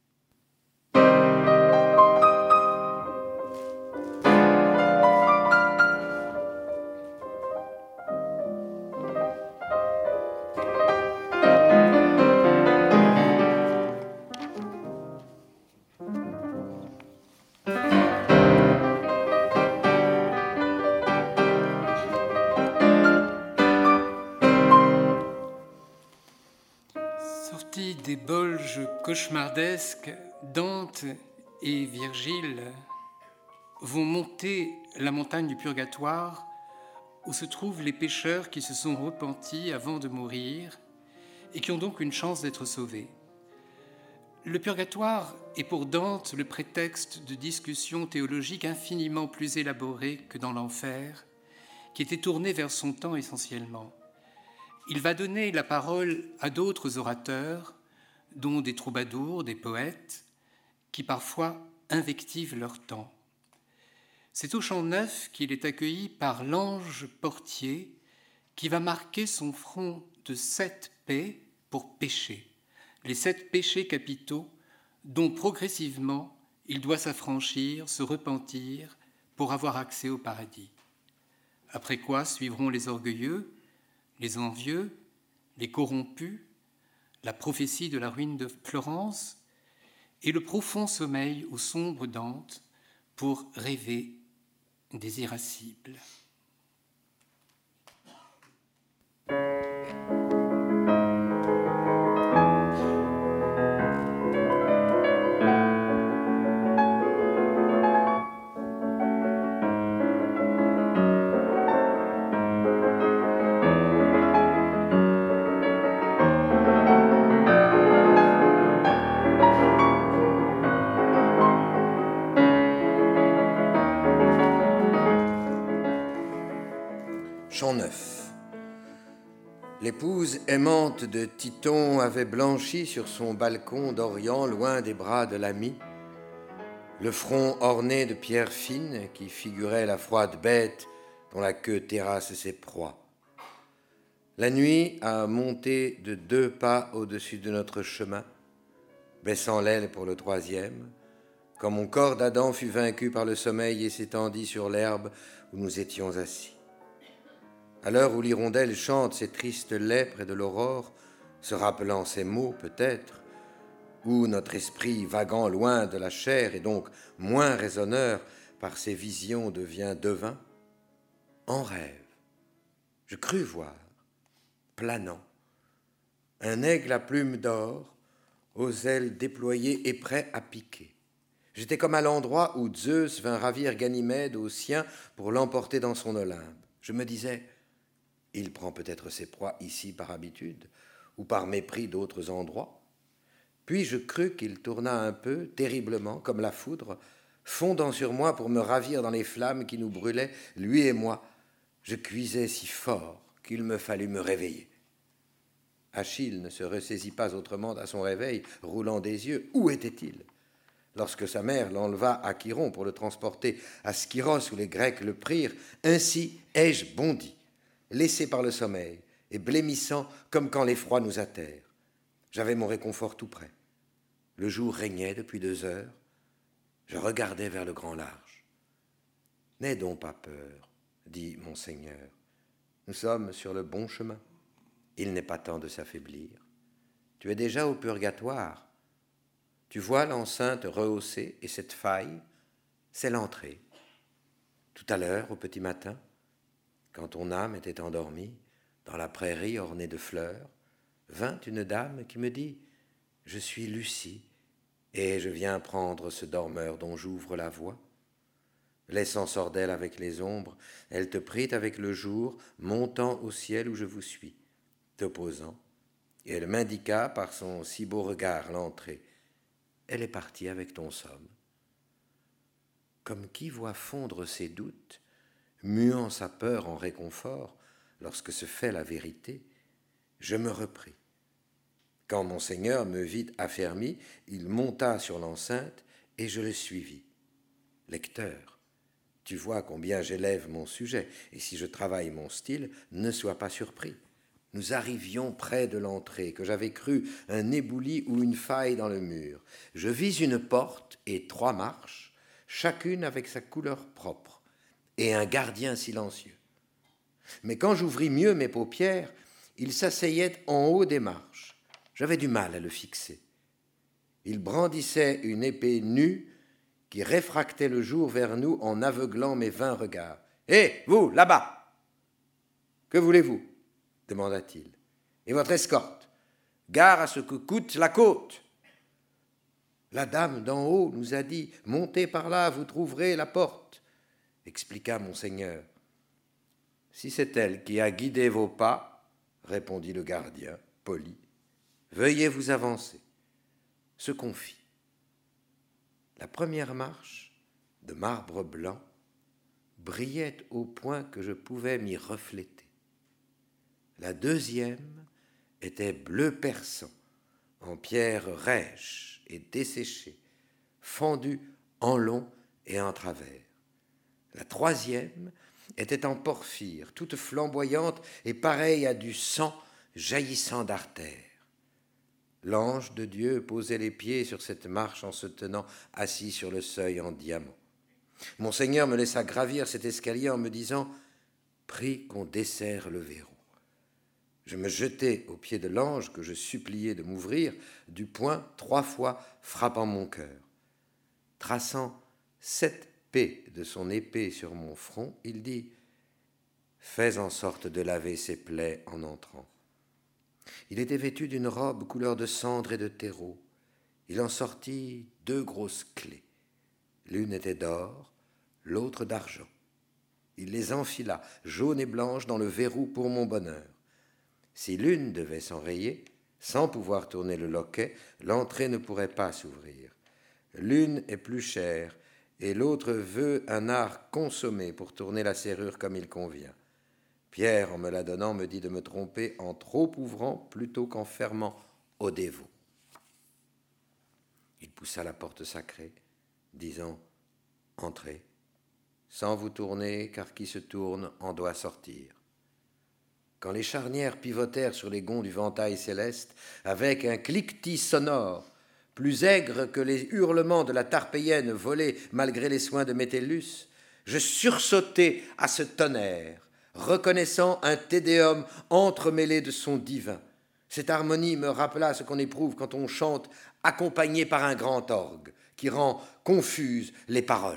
Sortis des bolges cauchemardesques, Dante et Virgile vont monter la montagne du purgatoire où se trouvent les pécheurs qui se sont repentis avant de mourir et qui ont donc une chance d'être sauvés. Le purgatoire est pour Dante le prétexte de discussions théologiques infiniment plus élaborées que dans l'enfer, qui était tourné vers son temps essentiellement. Il va donner la parole à d'autres orateurs, dont des troubadours, des poètes, qui parfois invectivent leur temps. C'est au Champ Neuf qu'il est accueilli par l'ange portier qui va marquer son front de sept paix pour pécher, les sept péchés capitaux dont progressivement il doit s'affranchir, se repentir pour avoir accès au paradis. Après quoi suivront les orgueilleux, les envieux, les corrompus, la prophétie de la ruine de Florence et le profond sommeil où sombre Dante pour rêver des irascibles. Champ Neuf. L'épouse aimante de Titon avait blanchi sur son balcon d'Orient, loin des bras de l'ami, le front orné de pierres fines qui figuraient la froide bête dont la queue terrasse ses proies. La nuit a monté de deux pas au-dessus de notre chemin, baissant l'aile pour le troisième, quand mon corps d'Adam fut vaincu par le sommeil et s'étendit sur l'herbe où nous étions assis. À l'heure où l'hirondelle chante ses tristes laits près de l'aurore, se rappelant ces mots peut-être, où notre esprit vaguant loin de la chair et donc moins raisonneur par ses visions devient devin, en rêve, je crus voir, planant, un aigle à plumes d'or, aux ailes déployées et prêt à piquer. J'étais comme à l'endroit où Zeus vint ravir Ganymède au sien pour l'emporter dans son Olympe. Je me disais, il prend peut-être ses proies ici par habitude, ou par mépris d'autres endroits. Puis je crus qu'il tourna un peu, terriblement, comme la foudre, fondant sur moi pour me ravir dans les flammes qui nous brûlaient, lui et moi. Je cuisais si fort qu'il me fallut me réveiller. Achille ne se ressaisit pas autrement à son réveil, roulant des yeux. Où était-il? Lorsque sa mère l'enleva à Chiron pour le transporter à Skyros où les Grecs le prirent, ainsi ai-je bondi, laissé par le sommeil et blêmissant comme quand l'effroi nous atterre. J'avais mon réconfort tout près. Le jour régnait depuis deux heures. Je regardais vers le grand large. « N'aie donc pas peur, dit mon Seigneur. Nous sommes sur le bon chemin. Il n'est pas temps de s'affaiblir. Tu es déjà au purgatoire. Tu vois l'enceinte rehaussée et cette faille, c'est l'entrée. Tout à l'heure, au petit matin, quand ton âme était endormie, dans la prairie ornée de fleurs, vint une dame qui me dit « Je suis Lucie, et je viens prendre ce dormeur dont j'ouvre la voie. » Laissant Sordelle avec les ombres, elle te prit avec le jour, montant au ciel où je vous suis, t'opposant, et elle m'indiqua par son si beau regard l'entrée. Elle est partie avec ton somme. Comme qui voit fondre ses doutes, muant sa peur en réconfort, lorsque se fait la vérité, je me repris. Quand Monseigneur me vit affermi, il monta sur l'enceinte et je le suivis. Lecteur, tu vois combien j'élève mon sujet, et si je travaille mon style, ne sois pas surpris. Nous arrivions près de l'entrée, que j'avais cru un éboulis ou une faille dans le mur. Je vis une porte et trois marches, chacune avec sa couleur propre, et un gardien silencieux. Mais quand j'ouvris mieux mes paupières, il s'asseyait en haut des marches. J'avais du mal à le fixer. Il brandissait une épée nue qui réfractait le jour vers nous en aveuglant mes vains regards. « Hé, vous, là-bas! Que voulez-vous » demanda-t-il. « Et votre escorte? Gare à ce que coûte la côte !» La dame d'en haut nous a dit « Montez par là, vous trouverez la porte », expliqua Monseigneur. « Si c'est elle qui a guidé vos pas, » répondit le gardien, poli, « veuillez vous avancer. » Ce qu'on fit. La première marche, de marbre blanc, brillait au point que je pouvais m'y refléter. La deuxième était bleu persan, en pierre rêche et desséchée, fendue en long et en travers. La troisième était en porphyre, toute flamboyante et pareille à du sang jaillissant d'artères. L'ange de Dieu posait les pieds sur cette marche en se tenant assis sur le seuil en diamant. Monseigneur me laissa gravir cet escalier en me disant « Prie qu'on desserre le verrou ». Je me jetai aux pieds de l'ange que je suppliai de m'ouvrir, du poing trois fois frappant mon cœur. Traçant sept P de son épée sur mon front, il dit « Fais en sorte de laver ses plaies en entrant ». Il était vêtu d'une robe couleur de cendre et de terreau. Il en sortit deux grosses clés. L'une était d'or, l'autre d'argent. Il les enfila, jaunes et blanches, dans le verrou pour mon bonheur. Si l'une devait s'enrayer, sans pouvoir tourner le loquet, l'entrée ne pourrait pas s'ouvrir. L'une est plus chère, et l'autre veut un art consommé pour tourner la serrure comme il convient. Pierre, en me la donnant, me dit de me tromper en trop ouvrant plutôt qu'en fermant au dévot. Il poussa la porte sacrée, disant « Entrez, sans vous tourner, car qui se tourne en doit sortir. » Quand les charnières pivotèrent sur les gonds du ventail céleste, avec un cliquetis sonore, plus aigre que les hurlements de la Tarpéienne volée malgré les soins de Métellus, je sursautai à ce tonnerre, reconnaissant un tédéum entremêlé de sons divins. Cette harmonie me rappela ce qu'on éprouve quand on chante accompagné par un grand orgue qui rend confuses les paroles.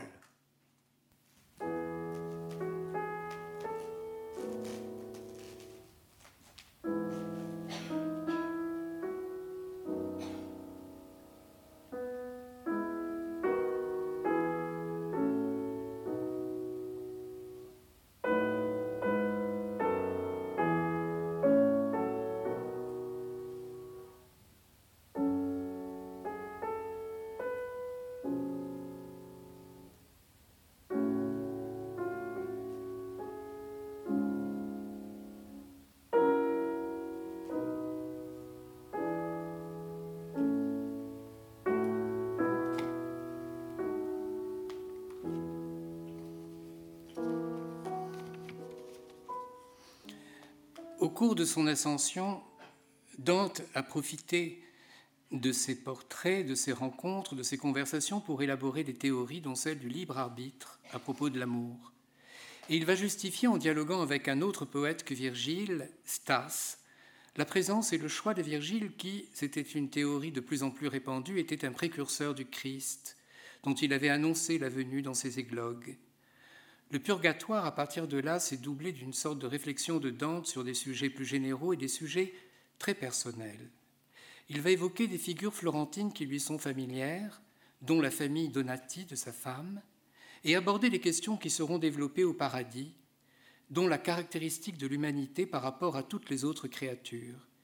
Au cours de son ascension, Dante a profité de ses portraits, de ses rencontres, de ses conversations pour élaborer des théories, dont celle du libre arbitre à propos de l'amour. Et il va justifier, en dialoguant avec un autre poète que Virgile, Stas, la présence et le choix de Virgile qui, c'était une théorie de plus en plus répandue, était un précurseur du Christ, dont il avait annoncé la venue dans ses églogues. Le purgatoire, à partir de là, s'est doublé d'une sorte de réflexion de Dante sur des sujets plus généraux et des sujets très personnels. Il va évoquer des figures florentines qui lui sont familières, dont la famille Donati de sa femme, et aborder les questions qui seront développées au paradis, dont la caractéristique de l'humanité par rapport à toutes les autres créatures.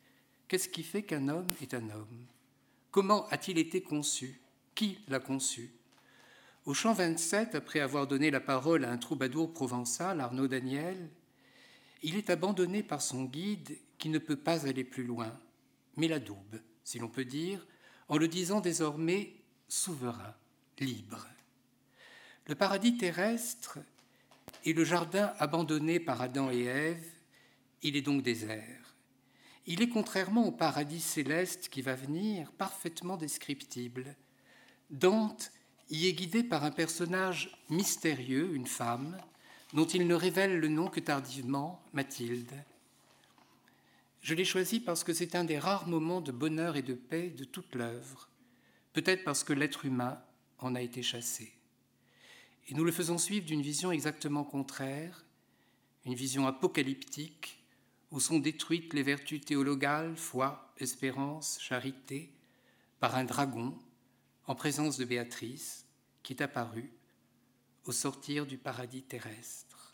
Qu'est-ce qui fait qu'un homme est un homme? Comment a-t-il été conçu? Qui l'a conçu? Au chant vingt-sept, après avoir donné la parole à un troubadour provençal, Arnaud Daniel, il est abandonné par son guide qui ne peut pas aller plus loin, mais l'adoube, si l'on peut dire, en le disant désormais souverain, libre. Le paradis terrestre est le jardin abandonné par Adam et Ève, il est donc désert. Il est, contrairement au paradis céleste qui va venir, parfaitement descriptible. Dante y est guidé par un personnage mystérieux, une femme, dont il ne révèle le nom que tardivement, Mathilde. Je l'ai choisi parce que c'est un des rares moments de bonheur et de paix de toute l'œuvre, peut-être parce que l'être humain en a été chassé. Et nous le faisons suivre d'une vision exactement contraire, une vision apocalyptique, où sont détruites les vertus théologales, foi, espérance, charité, par un dragon, en présence de Béatrice, qui est apparue au sortir du paradis terrestre.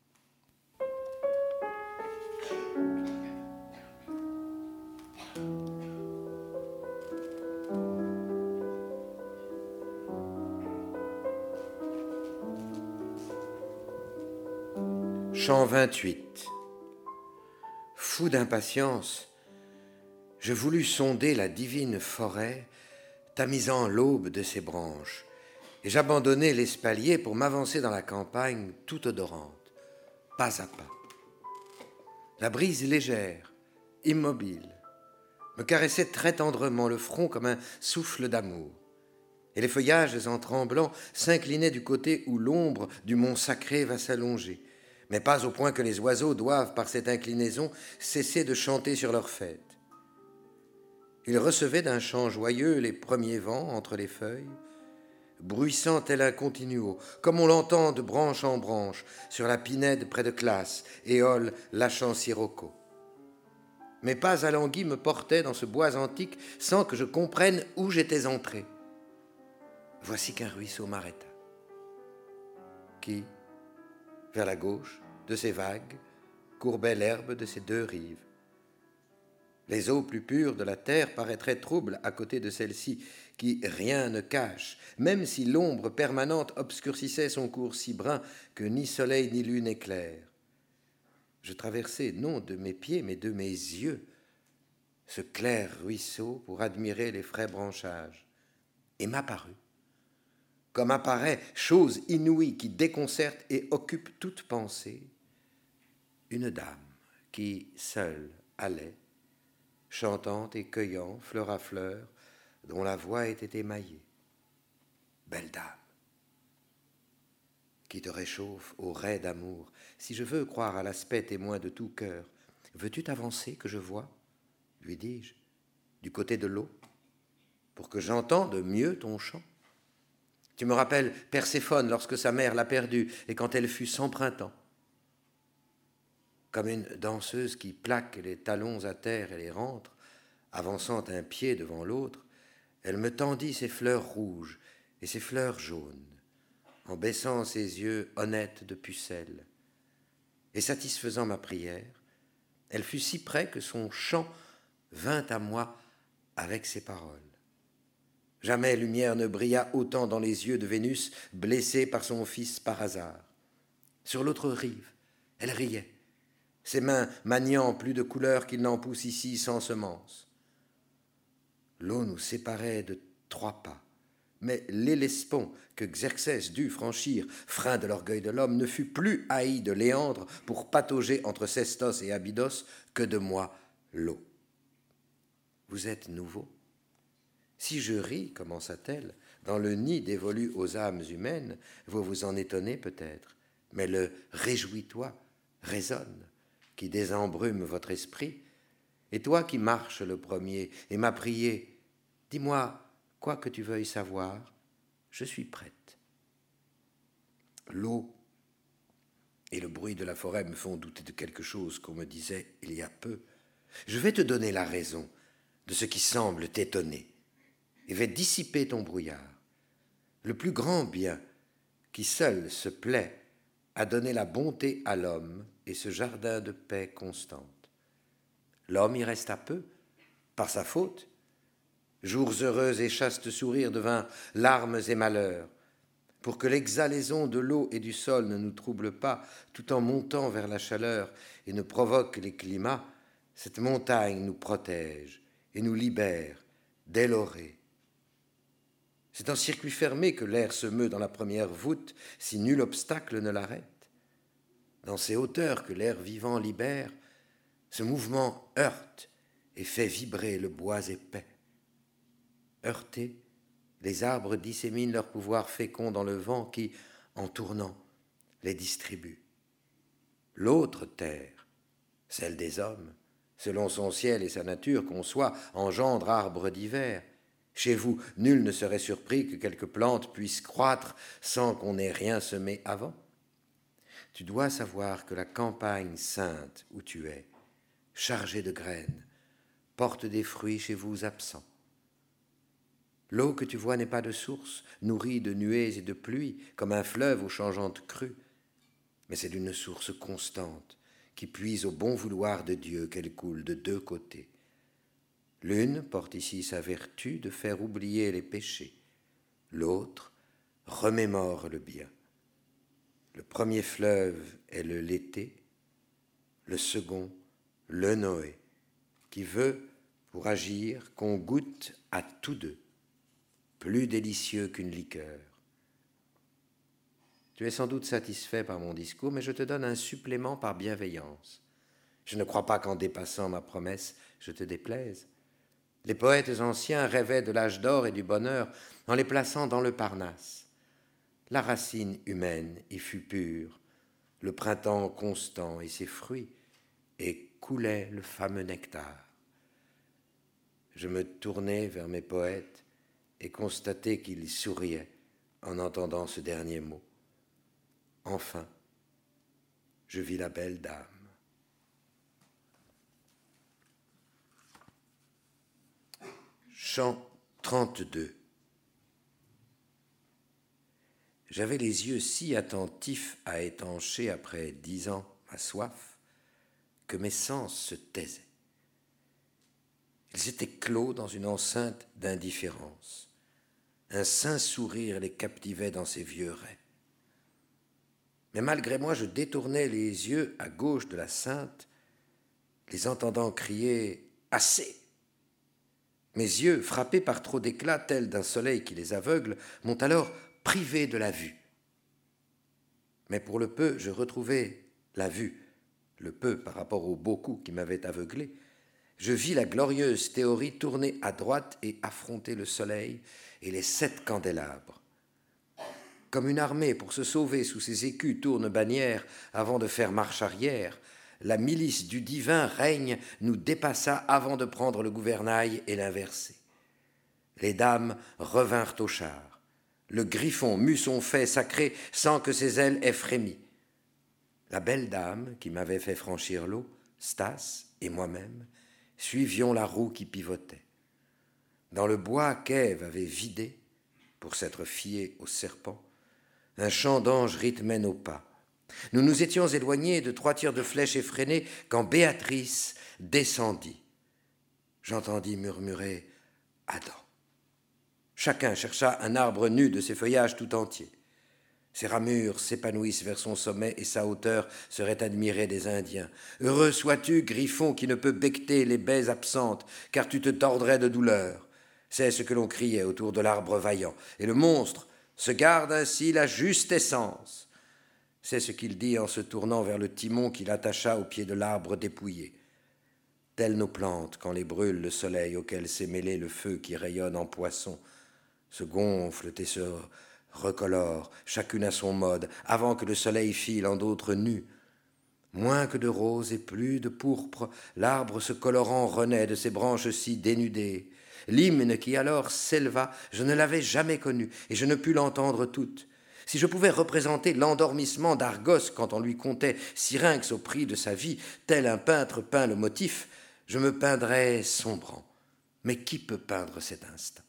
Chant vingt-huit. Fou d'impatience, je voulus sonder la divine forêt, tamisant l'aube de ses branches, et j'abandonnai l'espalier pour m'avancer dans la campagne toute odorante, pas à pas. La brise légère, immobile, me caressait très tendrement le front comme un souffle d'amour, et les feuillages en tremblant s'inclinaient du côté où l'ombre du mont sacré va s'allonger, mais pas au point que les oiseaux doivent, par cette inclinaison, cesser de chanter sur leur fête. Ils recevaient d'un chant joyeux les premiers vents entre les feuilles, bruissant tel un continuo, comme on l'entend de branche en branche, sur la pinède près de Classe, éole lâchant sirocco. Mes pas alanguis me portaient dans ce bois antique sans que je comprenne où j'étais entré. Voici qu'un ruisseau m'arrêta, qui, vers la gauche, de ses vagues, courbait l'herbe de ses deux rives. Les eaux plus pures de la terre paraîtraient troubles à côté de celle-ci, qui rien ne cache, même si l'ombre permanente obscurcissait son cours si brun que ni soleil ni lune éclairent. Je traversai, non de mes pieds, mais de mes yeux, ce clair ruisseau pour admirer les frais branchages, et m'apparut, comme apparaît, chose inouïe qui déconcerte et occupe toute pensée, une dame qui, seule, allait, chantant et cueillant, fleur à fleur, dont la voix était émaillée. Belle dame, qui te réchauffe au rais d'amour, si je veux croire à l'aspect témoin de tout cœur, veux-tu t'avancer que je vois, lui dis-je, du côté de l'eau, pour que j'entende mieux ton chant? Tu me rappelles Perséphone lorsque sa mère l'a perdue et quand elle fut sans printemps. Comme une danseuse qui plaque les talons à terre et les rentre, avançant un pied devant l'autre, elle me tendit ses fleurs rouges et ses fleurs jaunes, en baissant ses yeux honnêtes de pucelle. Et satisfaisant ma prière, elle fut si près que son chant vint à moi avec ses paroles. Jamais lumière ne brilla autant dans les yeux de Vénus, blessée par son fils par hasard. Sur l'autre rive, elle riait, ses mains maniant plus de couleurs qu'il n'en pousse ici sans semence. L'eau nous séparait de trois pas, mais l'Hellespont que Xerxès dut franchir, frein de l'orgueil de l'homme, ne fut plus haï de Léandre pour patauger entre Sestos et Abydos que de moi, l'eau. Vous êtes nouveau? Si je ris, commença-t-elle, dans le nid dévolu aux âmes humaines, vous vous en étonnez peut-être, mais le « réjouis-toi » résonne, qui désembrume votre esprit, et toi qui marches le premier et m'as prié, dis-moi, quoi que tu veuilles savoir, je suis prête. L'eau et le bruit de la forêt me font douter de quelque chose qu'on me disait il y a peu. Je vais te donner la raison de ce qui semble t'étonner et vais dissiper ton brouillard. Le plus grand bien qui seul se plaît à donner la bonté à l'homme et ce jardin de paix constante. L'homme y reste à peu, par sa faute. Jours heureux et chastes sourires devinrent larmes et malheurs. Pour que l'exhalaison de l'eau et du sol ne nous trouble pas, tout en montant vers la chaleur et ne provoque les climats, cette montagne nous protège et nous libère dès l'orée. C'est en circuit fermé que l'air se meut dans la première voûte, si nul obstacle ne l'arrête. Dans ces hauteurs que l'air vivant libère, ce mouvement heurte et fait vibrer le bois épais. Heurtés, les arbres disséminent leur pouvoir fécond dans le vent qui, en tournant, les distribue. L'autre terre, celle des hommes, selon son ciel et sa nature, conçoit, engendre arbres divers. Chez vous, nul ne serait surpris que quelques plantes puissent croître sans qu'on ait rien semé avant. Tu dois savoir que la campagne sainte où tu es, chargée de graines, porte des fruits chez vous absents. L'eau que tu vois n'est pas de source, nourrie de nuées et de pluies, comme un fleuve aux changeantes crues, mais c'est d'une source constante, qui puise au bon vouloir de Dieu qu'elle coule de deux côtés. L'une porte ici sa vertu de faire oublier les péchés, l'autre remémore le bien. Le premier fleuve est le Lété, le second le Noé, qui veut, pour agir, qu'on goûte à tous deux, plus délicieux qu'une liqueur. Tu es sans doute satisfait par mon discours, mais je te donne un supplément par bienveillance. Je ne crois pas qu'en dépassant ma promesse, je te déplaise. Les poètes anciens rêvaient de l'âge d'or et du bonheur en les plaçant dans le Parnasse. La racine humaine y fut pure, le printemps constant et ses fruits, et coulait le fameux nectar. Je me tournai vers mes poètes et constatai qu'ils souriaient en entendant ce dernier mot. Enfin, je vis la belle dame. Chant trente-deux. J'avais les yeux si attentifs à étancher après dix ans ma soif que mes sens se taisaient. Ils étaient clos dans une enceinte d'indifférence. Un saint sourire les captivait dans ses vieux raies. Mais malgré moi, je détournais les yeux à gauche de la sainte, les entendant crier « Assez !» Mes yeux, frappés par trop d'éclat, tels d'un soleil qui les aveugle, m'ont alors privé de la vue. Mais pour le peu, je retrouvai la vue, le peu par rapport au beaucoup qui m'avait aveuglé. Je vis la glorieuse théorie tourner à droite et affronter le soleil et les sept candélabres. Comme une armée, pour se sauver sous ses écus, tourne bannière avant de faire marche arrière, la milice du divin règne nous dépassa avant de prendre le gouvernail et l'inverser. Les dames revinrent au char. Le griffon mut son fait sacré sans que ses ailes aient frémi. La belle dame qui m'avait fait franchir l'eau, Stas et moi-même, suivions la roue qui pivotait. Dans le bois qu'Ève avait vidé, pour s'être fiée au serpent, un chant d'ange rythmait nos pas. Nous nous étions éloignés de trois tirs de flèche effrénés quand Béatrice descendit. J'entendis murmurer « Adam ». Chacun chercha un arbre nu de ses feuillages tout entiers. Ses ramures s'épanouissent vers son sommet et sa hauteur serait admirée des Indiens. Heureux sois-tu, griffon qui ne peut becqueter les baies absentes, car tu te tordrais de douleur. C'est ce que l'on criait autour de l'arbre vaillant. Et le monstre se garde ainsi la juste essence. C'est ce qu'il dit en se tournant vers le timon qu'il attacha au pied de l'arbre dépouillé. Telles nos plantes, quand les brûle le soleil auquel s'est mêlé le feu qui rayonne en poisson, se gonflent et se recolorent, chacune à son mode, avant que le soleil file en d'autres nus. Moins que de rose et plus de pourpre, l'arbre se colorant renaît de ses branches si dénudées. L'hymne qui alors s'éleva, je ne l'avais jamais connu, et je ne pus l'entendre toute. Si je pouvais représenter l'endormissement d'Argos quand on lui contait Syrinx au prix de sa vie, tel un peintre peint le motif, je me peindrais sombrant. Mais qui peut peindre cet instant?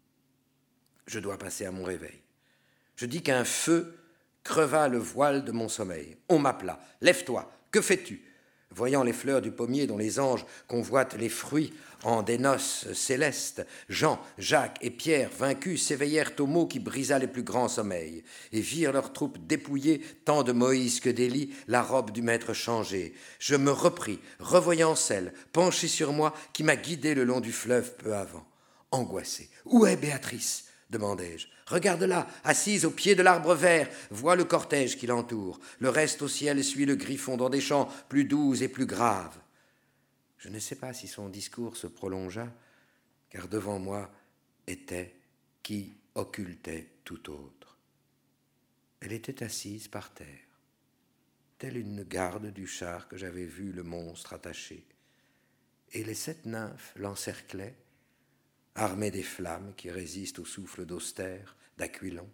Je dois passer à mon réveil. Je dis qu'un feu creva le voile de mon sommeil. On m'appela. « Lève-toi, que fais-tu » Voyant les fleurs du pommier dont les anges convoitent les fruits en des noces célestes, Jean, Jacques et Pierre, vaincus, s'éveillèrent au mot qui brisa les plus grands sommeils, et virent leurs troupes dépouiller, tant de Moïse que d'Élie, la robe du maître changée. Je me repris, revoyant celle, penchée sur moi, qui m'a guidé le long du fleuve peu avant. Angoissé. « Où est Béatrice ?» demandai-je. « Regarde-la, assise au pied de l'arbre vert, vois le cortège qui l'entoure. Le reste au ciel suit le griffon dans des chants plus doux et plus graves. » Je ne sais pas si son discours se prolongea, car devant moi était qui occultait tout autre. Elle était assise par terre, telle une garde du char que j'avais vu le monstre attaché, et les sept nymphes l'encerclaient, armées des flammes qui résistent au souffle d'Austère, d'Aquilon.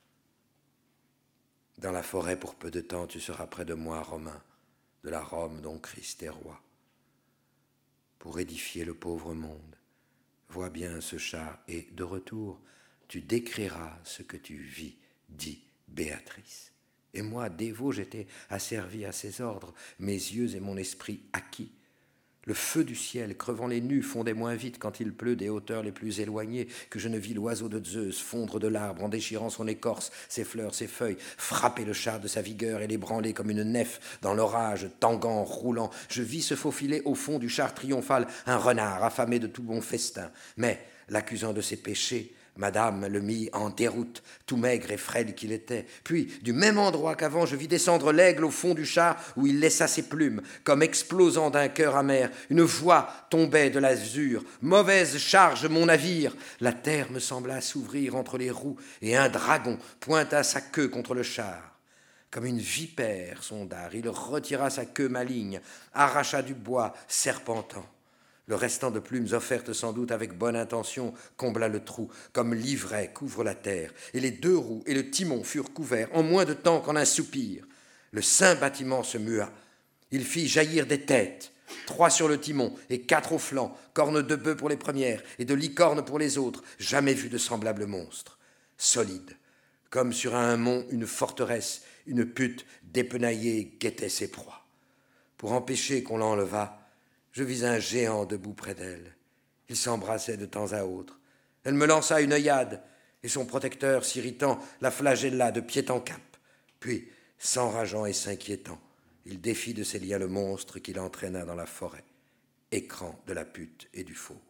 Dans la forêt, pour peu de temps, tu seras près de moi, Romain, de la Rome dont Christ est roi. Pour édifier le pauvre monde, vois bien ce char, et de retour, tu décriras ce que tu vis, dit Béatrice. Et moi, dévot, j'étais asservi à ses ordres, mes yeux et mon esprit acquis. Le feu du ciel, crevant les nues, fondait moins vite quand il pleut des hauteurs les plus éloignées que je ne vis l'oiseau de Zeus fondre de l'arbre en déchirant son écorce, ses fleurs, ses feuilles, frapper le char de sa vigueur et l'ébranler comme une nef dans l'orage, tanguant, roulant. Je vis se faufiler au fond du char triomphal un renard affamé de tout bon festin. Mais, l'accusant de ses péchés, Madame le mit en déroute, tout maigre et frêle qu'il était. Puis, du même endroit qu'avant, je vis descendre l'aigle au fond du char où il laissa ses plumes. Comme explosant d'un cœur amer, une voix tombait de l'azur. « Mauvaise charge, mon navire !» La terre me sembla s'ouvrir entre les roues et un dragon pointa sa queue contre le char. Comme une vipère, son dard, il retira sa queue maligne, arracha du bois serpentant. Le restant de plumes offertes sans doute avec bonne intention combla le trou, comme l'ivraie couvre la terre, et les deux roues et le timon furent couverts en moins de temps qu'en un soupir. Le saint bâtiment se mua. Il fit jaillir des têtes, trois sur le timon et quatre au flanc, cornes de bœuf pour les premières et de licorne pour les autres, jamais vu de semblable monstre. Solide, comme sur un mont une forteresse, une pute dépenaillée guettait ses proies. Pour empêcher qu'on l'enlevât, je vis un géant debout près d'elle. Il s'embrassait de temps à autre. Elle me lança une œillade, et son protecteur, s'irritant, la flagella de pied en cap. Puis, s'enrageant et s'inquiétant, il défit de ses liens le monstre qui l'entraîna dans la forêt, écran de la pute et du fauve.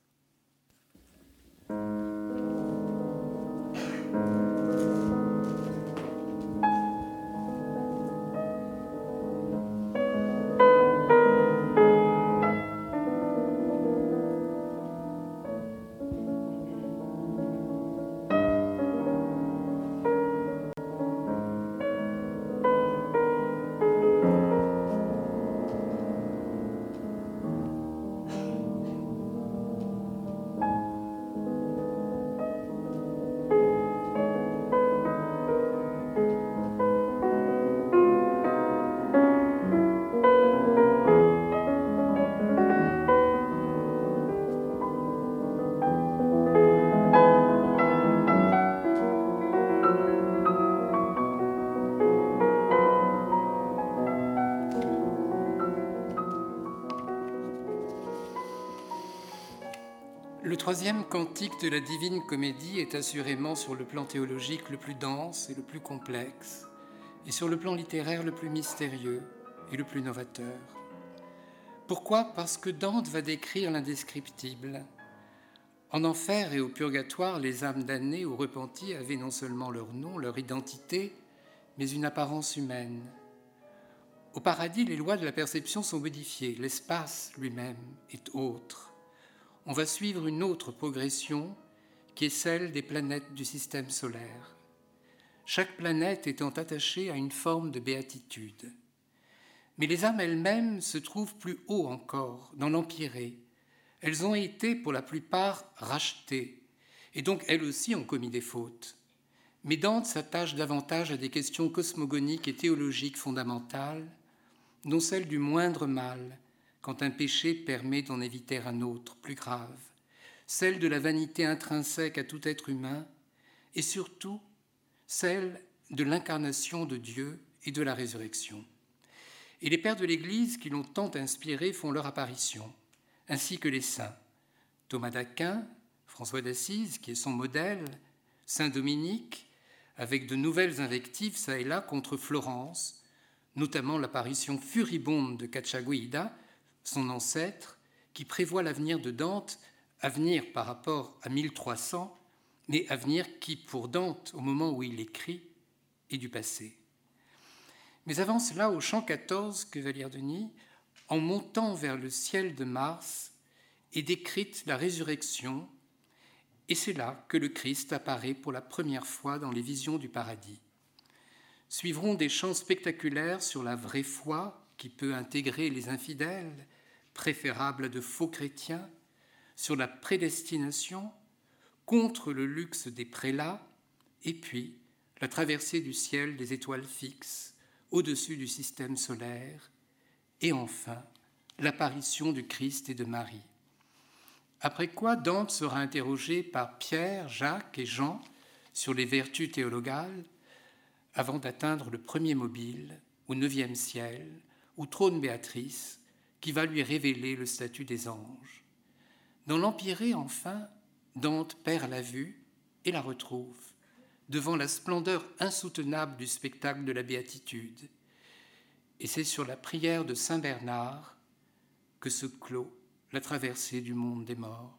Le troisième cantique de la Divine Comédie est assurément sur le plan théologique le plus dense et le plus complexe, et sur le plan littéraire le plus mystérieux et le plus novateur. Pourquoi ? Parce que Dante va décrire l'indescriptible. En enfer et au purgatoire, les âmes damnées ou repenties avaient non seulement leur nom, leur identité, mais une apparence humaine. Au paradis, les lois de la perception sont modifiées, l'espace lui-même est autre. On va suivre une autre progression qui est celle des planètes du système solaire. Chaque planète étant attachée à une forme de béatitude. Mais les âmes elles-mêmes se trouvent plus haut encore, dans l'empyrée. Elles ont été, pour la plupart, rachetées, et donc elles aussi ont commis des fautes. Mais Dante s'attache davantage à des questions cosmogoniques et théologiques fondamentales, dont celle du moindre mal, quand un péché permet d'en éviter un autre, plus grave, celle de la vanité intrinsèque à tout être humain, et surtout celle de l'incarnation de Dieu et de la résurrection. et les pères de l'Église qui l'ont tant inspiré font leur apparition, ainsi que les saints. Thomas d'Aquin, François d'Assise, qui est son modèle, Saint Dominique, avec de nouvelles invectives çà et là contre Florence, notamment l'apparition furibonde de Cacciaguida, son ancêtre, qui prévoit l'avenir de Dante, avenir par rapport à mille trois cents, mais avenir qui, pour Dante, au moment où il écrit, est du passé. Mais avant cela, au chant quatorze que va lire Denis, en montant vers le ciel de Mars, est décrite la résurrection, et c'est là que le Christ apparaît pour la première fois dans les visions du paradis. Suivront des chants spectaculaires sur la vraie foi qui peut intégrer les infidèles, préférables à de faux chrétiens, sur la prédestination, contre le luxe des prélats, et puis la traversée du ciel des étoiles fixes, au-dessus du système solaire, et enfin l'apparition du Christ et de Marie. Après quoi, Dante sera interrogé par Pierre, Jacques et Jean sur les vertus théologales, avant d'atteindre le premier mobile, au neuvième ciel, où trône Béatrice, qui va lui révéler le statut des anges. Dans l'Empyrée, enfin, Dante perd la vue et la retrouve, devant la splendeur insoutenable du spectacle de la béatitude. Et c'est sur la prière de Saint Bernard que se clôt la traversée du monde des morts.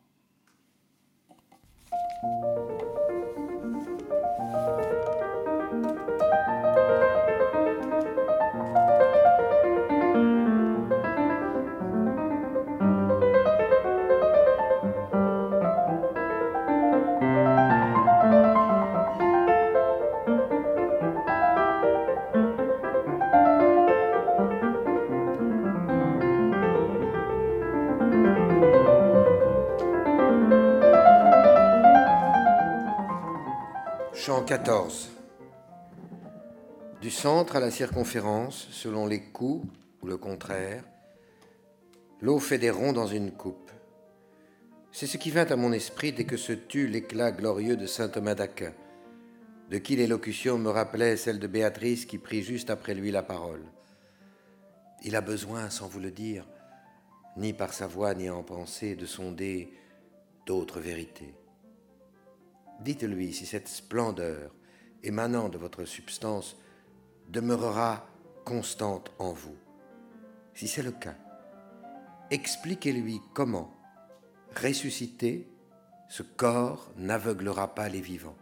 Chant quatorze. Du centre à la circonférence, selon les coups ou le contraire, l'eau fait des ronds dans une coupe. C'est ce qui vint à mon esprit dès que se tut l'éclat glorieux de saint Thomas d'Aquin, de qui l'élocution me rappelait celle de Béatrice qui prit juste après lui la parole. Il a besoin, sans vous le dire, ni par sa voix ni en pensée, de sonder d'autres vérités. Dites-lui si cette splendeur émanant de votre substance demeurera constante en vous. Si c'est le cas, expliquez-lui comment, ressuscité, ce corps n'aveuglera pas les vivants.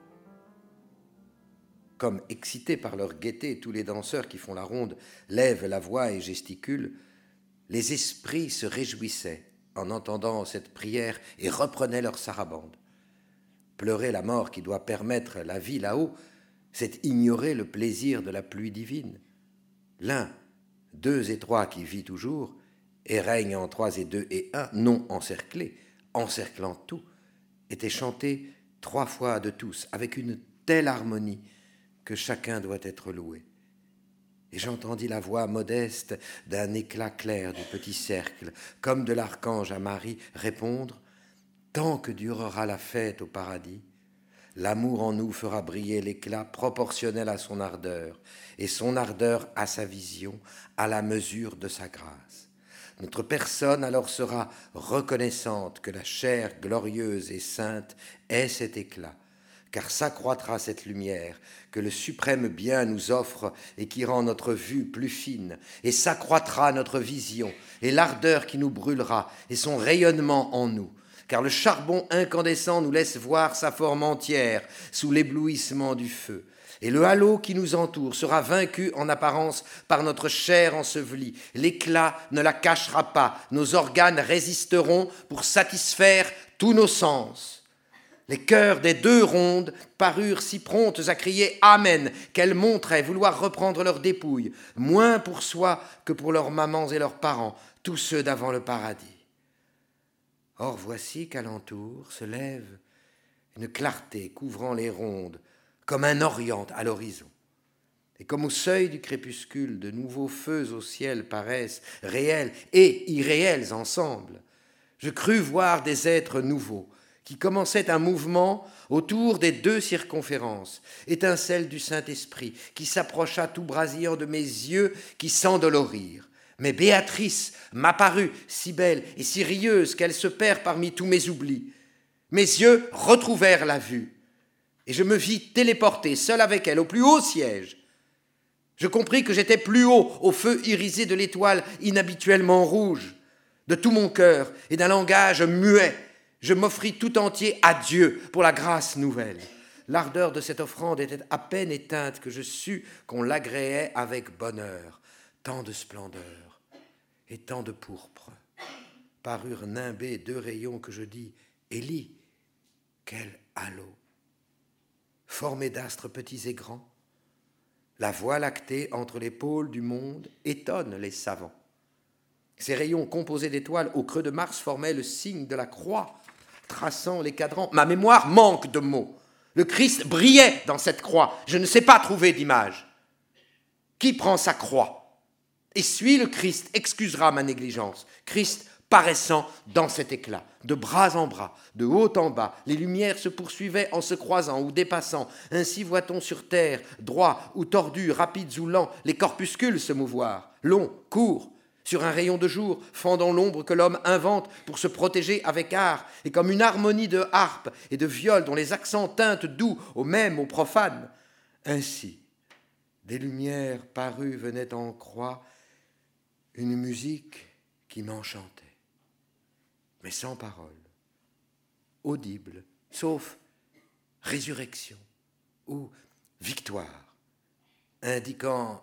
Comme excités par leur gaieté, tous les danseurs qui font la ronde lèvent la voix et gesticulent, les esprits se réjouissaient en entendant cette prière et reprenaient leur sarabande. Pleurer la mort qui doit permettre la vie là-haut, c'est ignorer le plaisir de la pluie divine. L'un, deux et trois qui vit toujours, et règne en trois et deux et un, non encerclé, encerclant tout, était chanté trois fois de tous, avec une telle harmonie que chacun doit être loué. Et j'entendis la voix modeste d'un éclat clair du petit cercle, comme de l'archange à Marie, répondre « Tant que durera la fête au paradis, l'amour en nous fera briller l'éclat proportionnel à son ardeur, et son ardeur à sa vision, à la mesure de sa grâce. Notre personne alors sera reconnaissante que la chair glorieuse et sainte ait cet éclat, car s'accroîtra cette lumière que le suprême bien nous offre et qui rend notre vue plus fine, et s'accroîtra notre vision, et l'ardeur qui nous brûlera, et son rayonnement en nous, car le charbon incandescent nous laisse voir sa forme entière sous l'éblouissement du feu. Et le halo qui nous entoure sera vaincu en apparence par notre chair ensevelie. L'éclat ne la cachera pas, nos organes résisteront pour satisfaire tous nos sens. Les cœurs des deux rondes parurent si promptes à crier « Amen » qu'elles montraient vouloir reprendre leurs dépouilles, moins pour soi que pour leurs mamans et leurs parents, tous ceux d'avant le paradis. Or voici qu'alentour se lève une clarté couvrant les rondes, comme un orient à l'horizon. Et comme au seuil du crépuscule, de nouveaux feux au ciel paraissent, réels et irréels ensemble, je crus voir des êtres nouveaux, qui commençait un mouvement autour des deux circonférences, étincelle du Saint-Esprit, qui s'approcha tout brasillant de mes yeux qui s'endolorirent. Mais Béatrice m'apparut si belle et si rieuse qu'elle se perd parmi tous mes oublis. Mes yeux retrouvèrent la vue, et je me vis téléporté, seul avec elle, au plus haut siège. Je compris que j'étais plus haut, au feu irisé de l'étoile inhabituellement rouge. De tout mon cœur et d'un langage muet, je m'offris tout entier à Dieu pour la grâce nouvelle. L'ardeur de cette offrande était à peine éteinte que je sus qu'on l'agréait avec bonheur. Tant de splendeur et tant de pourpre. Parurent nimber deux rayons que je dis « Élie, quel halo !» Formés d'astres petits et grands, la voie lactée entre les pôles du monde étonne les savants. Ces rayons composés d'étoiles au creux de Mars formaient le signe de la croix, traçant les cadrans. Ma mémoire manque de mots. Le Christ brillait dans cette croix. Je ne sais pas trouver d'image. Qui prend sa croix et suit le Christ excusera ma négligence. Christ paraissant dans cet éclat, de bras en bras, de haut en bas, les lumières se poursuivaient en se croisant ou dépassant. Ainsi voit-on sur terre, droit ou tordu, rapides ou lents, les corpuscules se mouvoir, longs, courts, sur un rayon de jour, fendant l'ombre que l'homme invente pour se protéger avec art, et comme une harmonie de harpe et de viol dont les accents teintent doux au même au profane. Ainsi, des lumières parues venaient en croix, une musique qui m'enchantait, mais sans parole, audible, sauf résurrection ou victoire, indiquant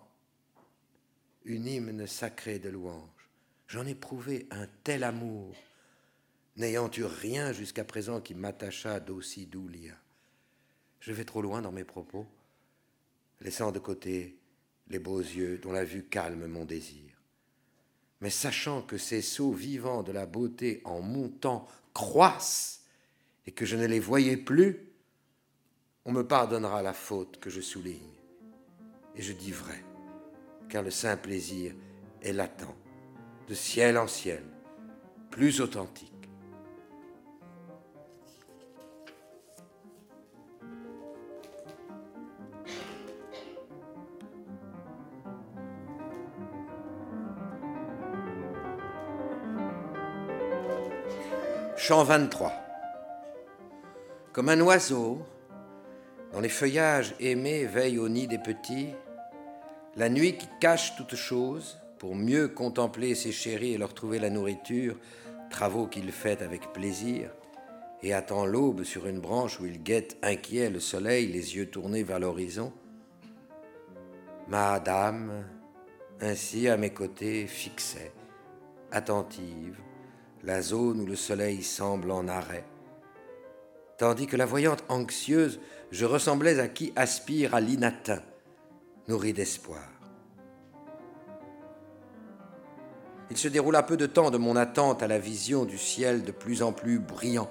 une hymne sacrée de louange. J'en ai prouvé un tel amour, n'ayant eu rien jusqu'à présent qui m'attacha d'aussi doux lien. Je vais trop loin dans mes propos, laissant de côté les beaux yeux dont la vue calme mon désir. Mais sachant que ces sauts vivants de la beauté en montant croissent et que je ne les voyais plus, on me pardonnera la faute que je souligne. Et je dis vrai, car le saint plaisir est latent, de ciel en ciel, plus authentique. Chant vingt-trois. Comme un oiseau, dont les feuillages aimés veillent au nid des petits, la nuit qui cache toute chose, pour mieux contempler ses chéris et leur trouver la nourriture, travaux qu'il fait avec plaisir, et attend l'aube sur une branche où il guette inquiet le soleil, les yeux tournés vers l'horizon. Ma dame, ainsi à mes côtés, fixait, attentive, la zone où le soleil semble en arrêt, tandis que la voyante anxieuse, je ressemblais à qui aspire à l'inatteint, nourri d'espoir. Il se déroula peu de temps de mon attente à la vision du ciel de plus en plus brillant.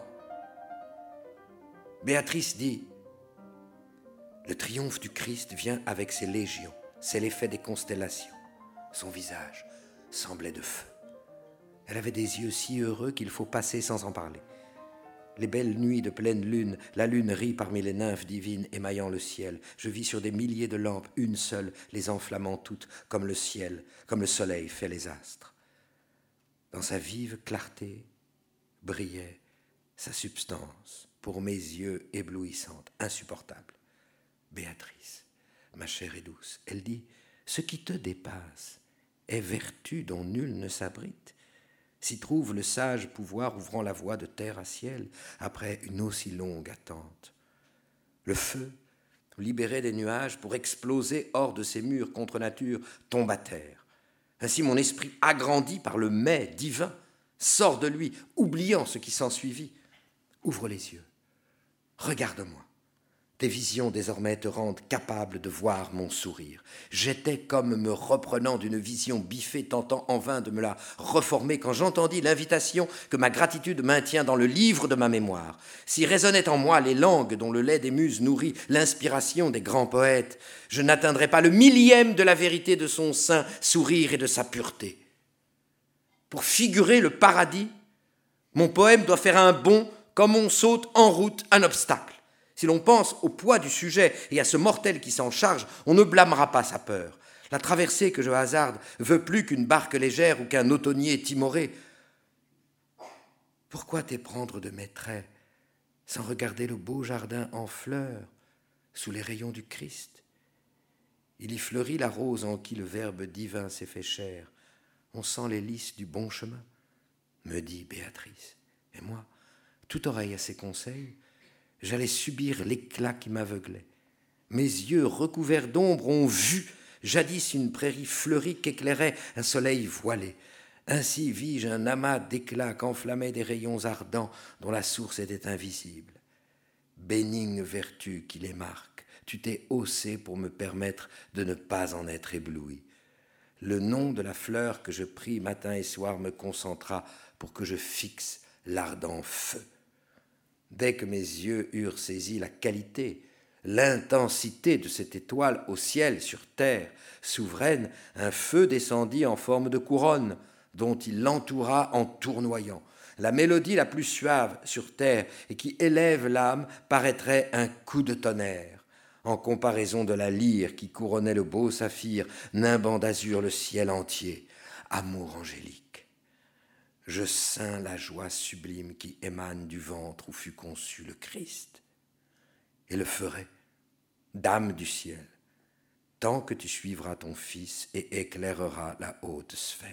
Béatrice dit « Le triomphe du Christ vient avec ses légions, c'est l'effet des constellations. Son visage semblait de feu. Elle avait des yeux si heureux qu'il faut passer sans en parler. Les belles nuits de pleine lune, la lune rit parmi les nymphes divines émaillant le ciel. Je vis sur des milliers de lampes, une seule, les enflammant toutes, comme le ciel, comme le soleil fait les astres. Dans sa vive clarté brillait sa substance, pour mes yeux éblouissante, insupportable. Béatrice, ma chère et douce, elle dit, ce qui te dépasse est vertu dont nul ne s'abrite. S'y trouve le sage pouvoir ouvrant la voie de terre à ciel après une aussi longue attente. Le feu, libéré des nuages pour exploser hors de ses murs contre nature, tombe à terre. Ainsi mon esprit, agrandi par le mets divin, sort de lui, oubliant ce qui s'ensuivit. Ouvre les yeux, regarde-moi. Tes visions désormais te rendent capable de voir mon sourire. J'étais comme me reprenant d'une vision biffée, tentant en vain de me la reformer quand j'entendis l'invitation que ma gratitude maintient dans le livre de ma mémoire. Si résonnaient en moi les langues dont le lait des muses nourrit l'inspiration des grands poètes, je n'atteindrais pas le millième de la vérité de son saint sourire et de sa pureté. Pour figurer le paradis, mon poème doit faire un bond comme on saute en route un obstacle. Si l'on pense au poids du sujet et à ce mortel qui s'en charge, on ne blâmera pas sa peur. La traversée que je hasarde veut plus qu'une barque légère ou qu'un automnier timoré. Pourquoi t'éprendre de mes traits sans regarder le beau jardin en fleurs sous les rayons du Christ? Il y fleurit la rose en qui le Verbe divin s'est fait chair. On sent les lys du bon chemin, me dit Béatrice. Et moi, tout oreille à ses conseils, j'allais subir l'éclat qui m'aveuglait. Mes yeux recouverts d'ombre ont vu jadis une prairie fleurie qu'éclairait un soleil voilé. Ainsi vis-je un amas d'éclats qu'enflammaient des rayons ardents dont la source était invisible. Bénigne vertu qui les marque, tu t'es haussé pour me permettre de ne pas en être ébloui. Le nom de la fleur que je prie matin et soir me concentra pour que je fixe l'ardent feu. Dès que mes yeux eurent saisi la qualité, l'intensité de cette étoile au ciel, sur terre, souveraine, un feu descendit en forme de couronne, dont il l'entoura en tournoyant. La mélodie la plus suave sur terre et qui élève l'âme paraîtrait un coup de tonnerre, en comparaison de la lyre qui couronnait le beau saphir, nimbant d'azur le ciel entier. Amour angélique, je ceins la joie sublime qui émane du ventre où fut conçu le Christ, et le ferai, dame du ciel, tant que tu suivras ton Fils et éclaireras la haute sphère.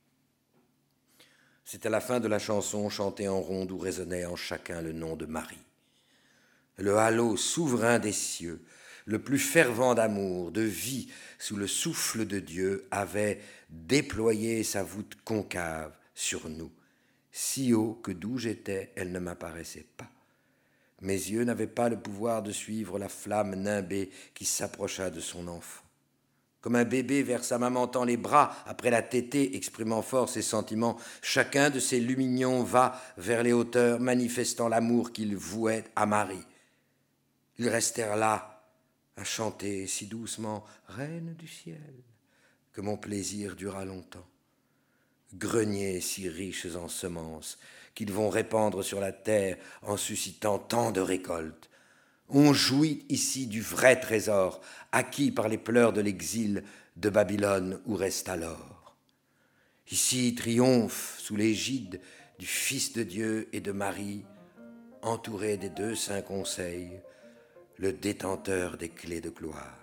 C'était la fin de la chanson chantée en ronde où résonnait en chacun le nom de Marie. Le halo souverain des cieux, le plus fervent d'amour, de vie, sous le souffle de Dieu, avait déployé sa voûte concave sur nous, si haut que d'où j'étais, elle ne m'apparaissait pas. Mes yeux n'avaient pas le pouvoir de suivre la flamme nimbée qui s'approcha de son enfant. Comme un bébé vers sa maman tend les bras après la tétée, exprimant fort ses sentiments, chacun de ces lumignons va vers les hauteurs, manifestant l'amour qu'il vouait à Marie. Ils restèrent là, à chanter si doucement « Reine du ciel », que mon plaisir dura longtemps. Greniers si riches en semences, qu'ils vont répandre sur la terre en suscitant tant de récoltes. On jouit ici du vrai trésor, acquis par les pleurs de l'exil de Babylone où reste alors. Ici triomphe, sous l'égide du Fils de Dieu et de Marie, entouré des deux saints conseils, le détenteur des clés de gloire.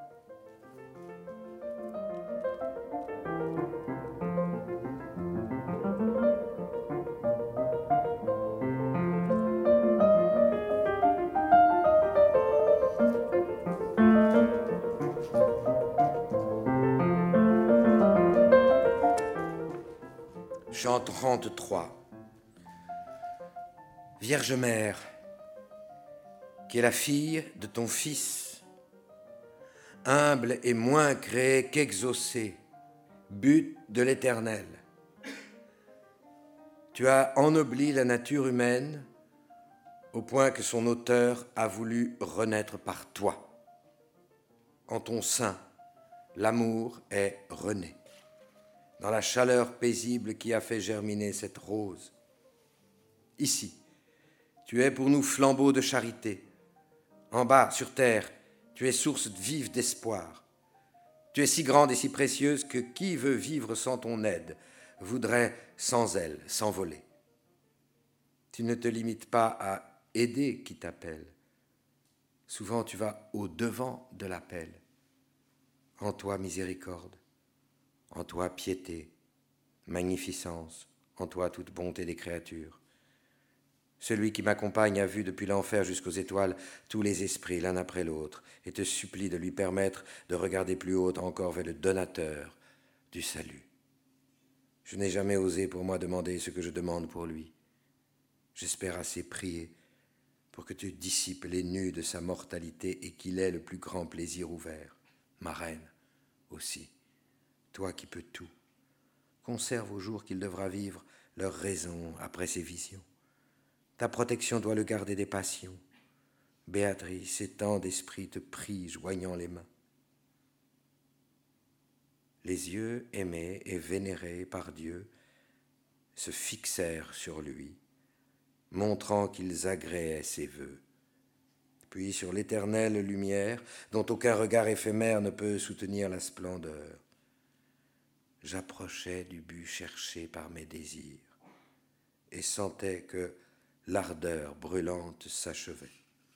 Chant trente-trois. Vierge Mère, qui est la fille de ton Fils, humble et moins créée qu'exaucée, but de l'Éternel. Tu as ennobli la nature humaine au point que son auteur a voulu renaître par toi. En ton sein, l'amour est rené. Dans la chaleur paisible qui a fait germiner cette rose. Ici, tu es pour nous flambeau de charité. En bas, sur terre, tu es source vive d'espoir. Tu es si grande et si précieuse que qui veut vivre sans ton aide voudrait sans elle s'envoler. Tu ne te limites pas à aider qui t'appelle. Souvent, tu vas au-devant de l'appel. En toi, miséricorde. En toi, piété, magnificence, en toi, toute bonté des créatures. Celui qui m'accompagne a vu depuis l'enfer jusqu'aux étoiles tous les esprits l'un après l'autre et te supplie de lui permettre de regarder plus haut encore vers le donateur du salut. Je n'ai jamais osé pour moi demander ce que je demande pour lui. J'espère assez prier pour que tu dissipes les nus de sa mortalité et qu'il ait le plus grand plaisir ouvert. Ma reine aussi. Toi qui peux tout, conserve au jour qu'il devra vivre leur raison après ses visions. Ta protection doit le garder des passions. Béatrice, et tant d'esprits te prient, joignant les mains. Les yeux aimés et vénérés par Dieu se fixèrent sur lui, montrant qu'ils agréaient ses vœux. Puis sur l'éternelle lumière, dont aucun regard éphémère ne peut soutenir la splendeur, j'approchais du but cherché par mes désirs et sentais que l'ardeur brûlante s'achevait.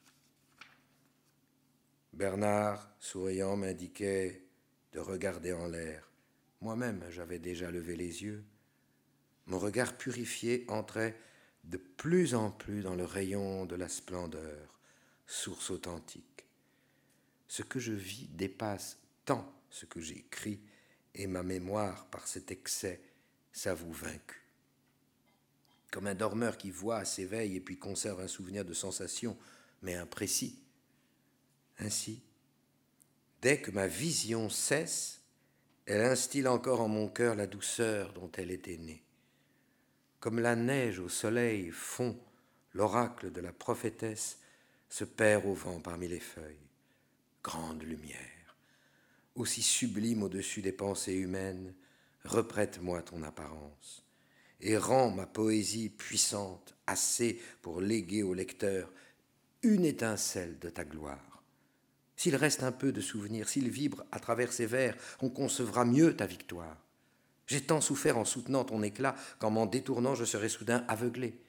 Bernard, souriant, m'indiquait de regarder en l'air. Moi-même, j'avais déjà levé les yeux. Mon regard purifié entrait de plus en plus dans le rayon de la splendeur, source authentique. Ce que je vis dépasse tant ce que j'écris, et ma mémoire, par cet excès, s'avoue vaincue. Comme un dormeur qui voit, s'éveille et puis conserve un souvenir de sensation, mais imprécis. Ainsi, dès que ma vision cesse, elle instille encore en mon cœur la douceur dont elle était née. Comme la neige au soleil fond, l'oracle de la prophétesse se perd au vent parmi les feuilles. Grande lumière, aussi sublime au-dessus des pensées humaines, reprête-moi ton apparence et rends ma poésie puissante assez pour léguer au lecteur une étincelle de ta gloire. S'il reste un peu de souvenir, s'il vibre à travers ces vers, on concevra mieux ta victoire. J'ai tant souffert en soutenant ton éclat qu'en m'en détournant, je serais soudain aveuglé.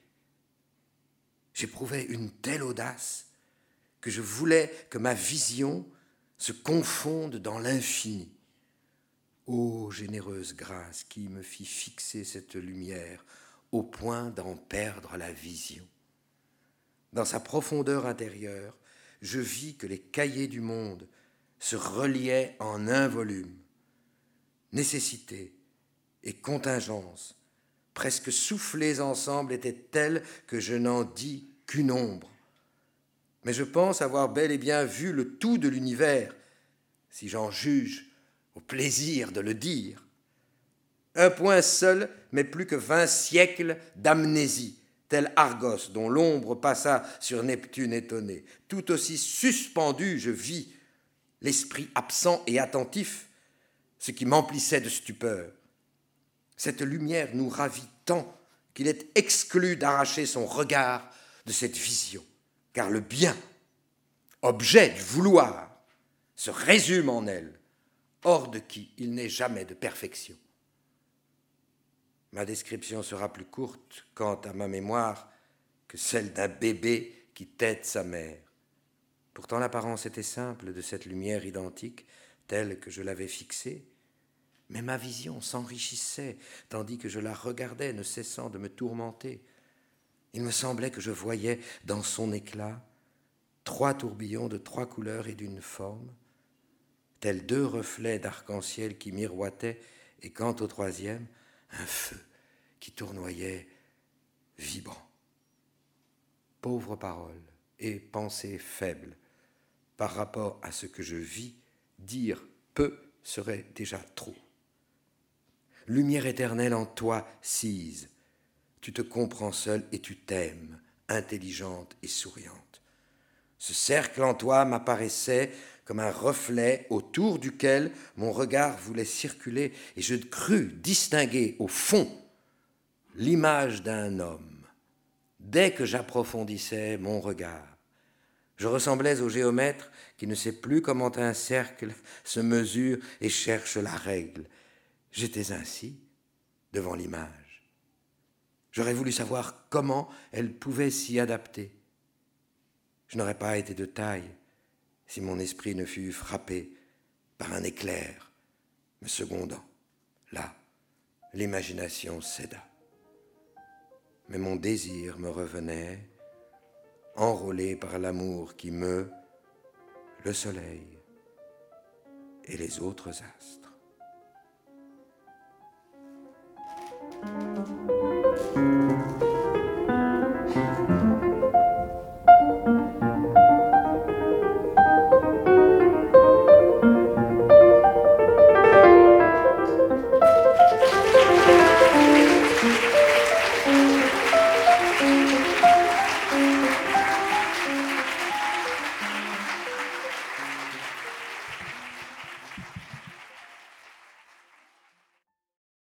J'éprouvais une telle audace que je voulais que ma vision se confonde dans l'infini. Ô généreuse grâce qui me fit fixer cette lumière au point d'en perdre la vision. Dans sa profondeur intérieure, je vis que les cahiers du monde se reliaient en un volume. Nécessité et contingence, presque soufflées ensemble, étaient telles que je n'en dis qu'une ombre. Mais je pense avoir bel et bien vu le tout de l'univers, si j'en juge au plaisir de le dire. Un point seul, mais plus que vingt siècles d'amnésie, tel Argos dont l'ombre passa sur Neptune étonné. Tout aussi suspendu, je vis, l'esprit absent et attentif, ce qui m'emplissait de stupeur. Cette lumière nous ravit tant qu'il est exclu d'arracher son regard de cette vision, car le bien, objet du vouloir, se résume en elle, hors de qui il n'est jamais de perfection. Ma description sera plus courte quant à ma mémoire que celle d'un bébé qui tète sa mère. Pourtant l'apparence était simple de cette lumière identique, telle que je l'avais fixée, mais ma vision s'enrichissait tandis que je la regardais, ne cessant de me tourmenter. Il me semblait que je voyais dans son éclat trois tourbillons de trois couleurs et d'une forme, tels deux reflets d'arc-en-ciel qui miroitaient, et quant au troisième, un feu qui tournoyait vibrant. Pauvre parole et pensée faible, par rapport à ce que je vis, dire peu serait déjà trop. Lumière éternelle en toi sise, tu te comprends seule et tu t'aimes, intelligente et souriante. Ce cercle en toi m'apparaissait comme un reflet autour duquel mon regard voulait circuler et je crus distinguer au fond l'image d'un homme. Dès que j'approfondissais mon regard, je ressemblais au géomètre qui ne sait plus comment un cercle se mesure et cherche la règle. J'étais ainsi devant l'image. J'aurais voulu savoir comment elle pouvait s'y adapter. Je n'aurais pas été de taille si mon esprit ne fut frappé par un éclair me secondant. Là, l'imagination céda. Mais mon désir me revenait, enrôlé par l'amour qui meut le soleil et les autres astres.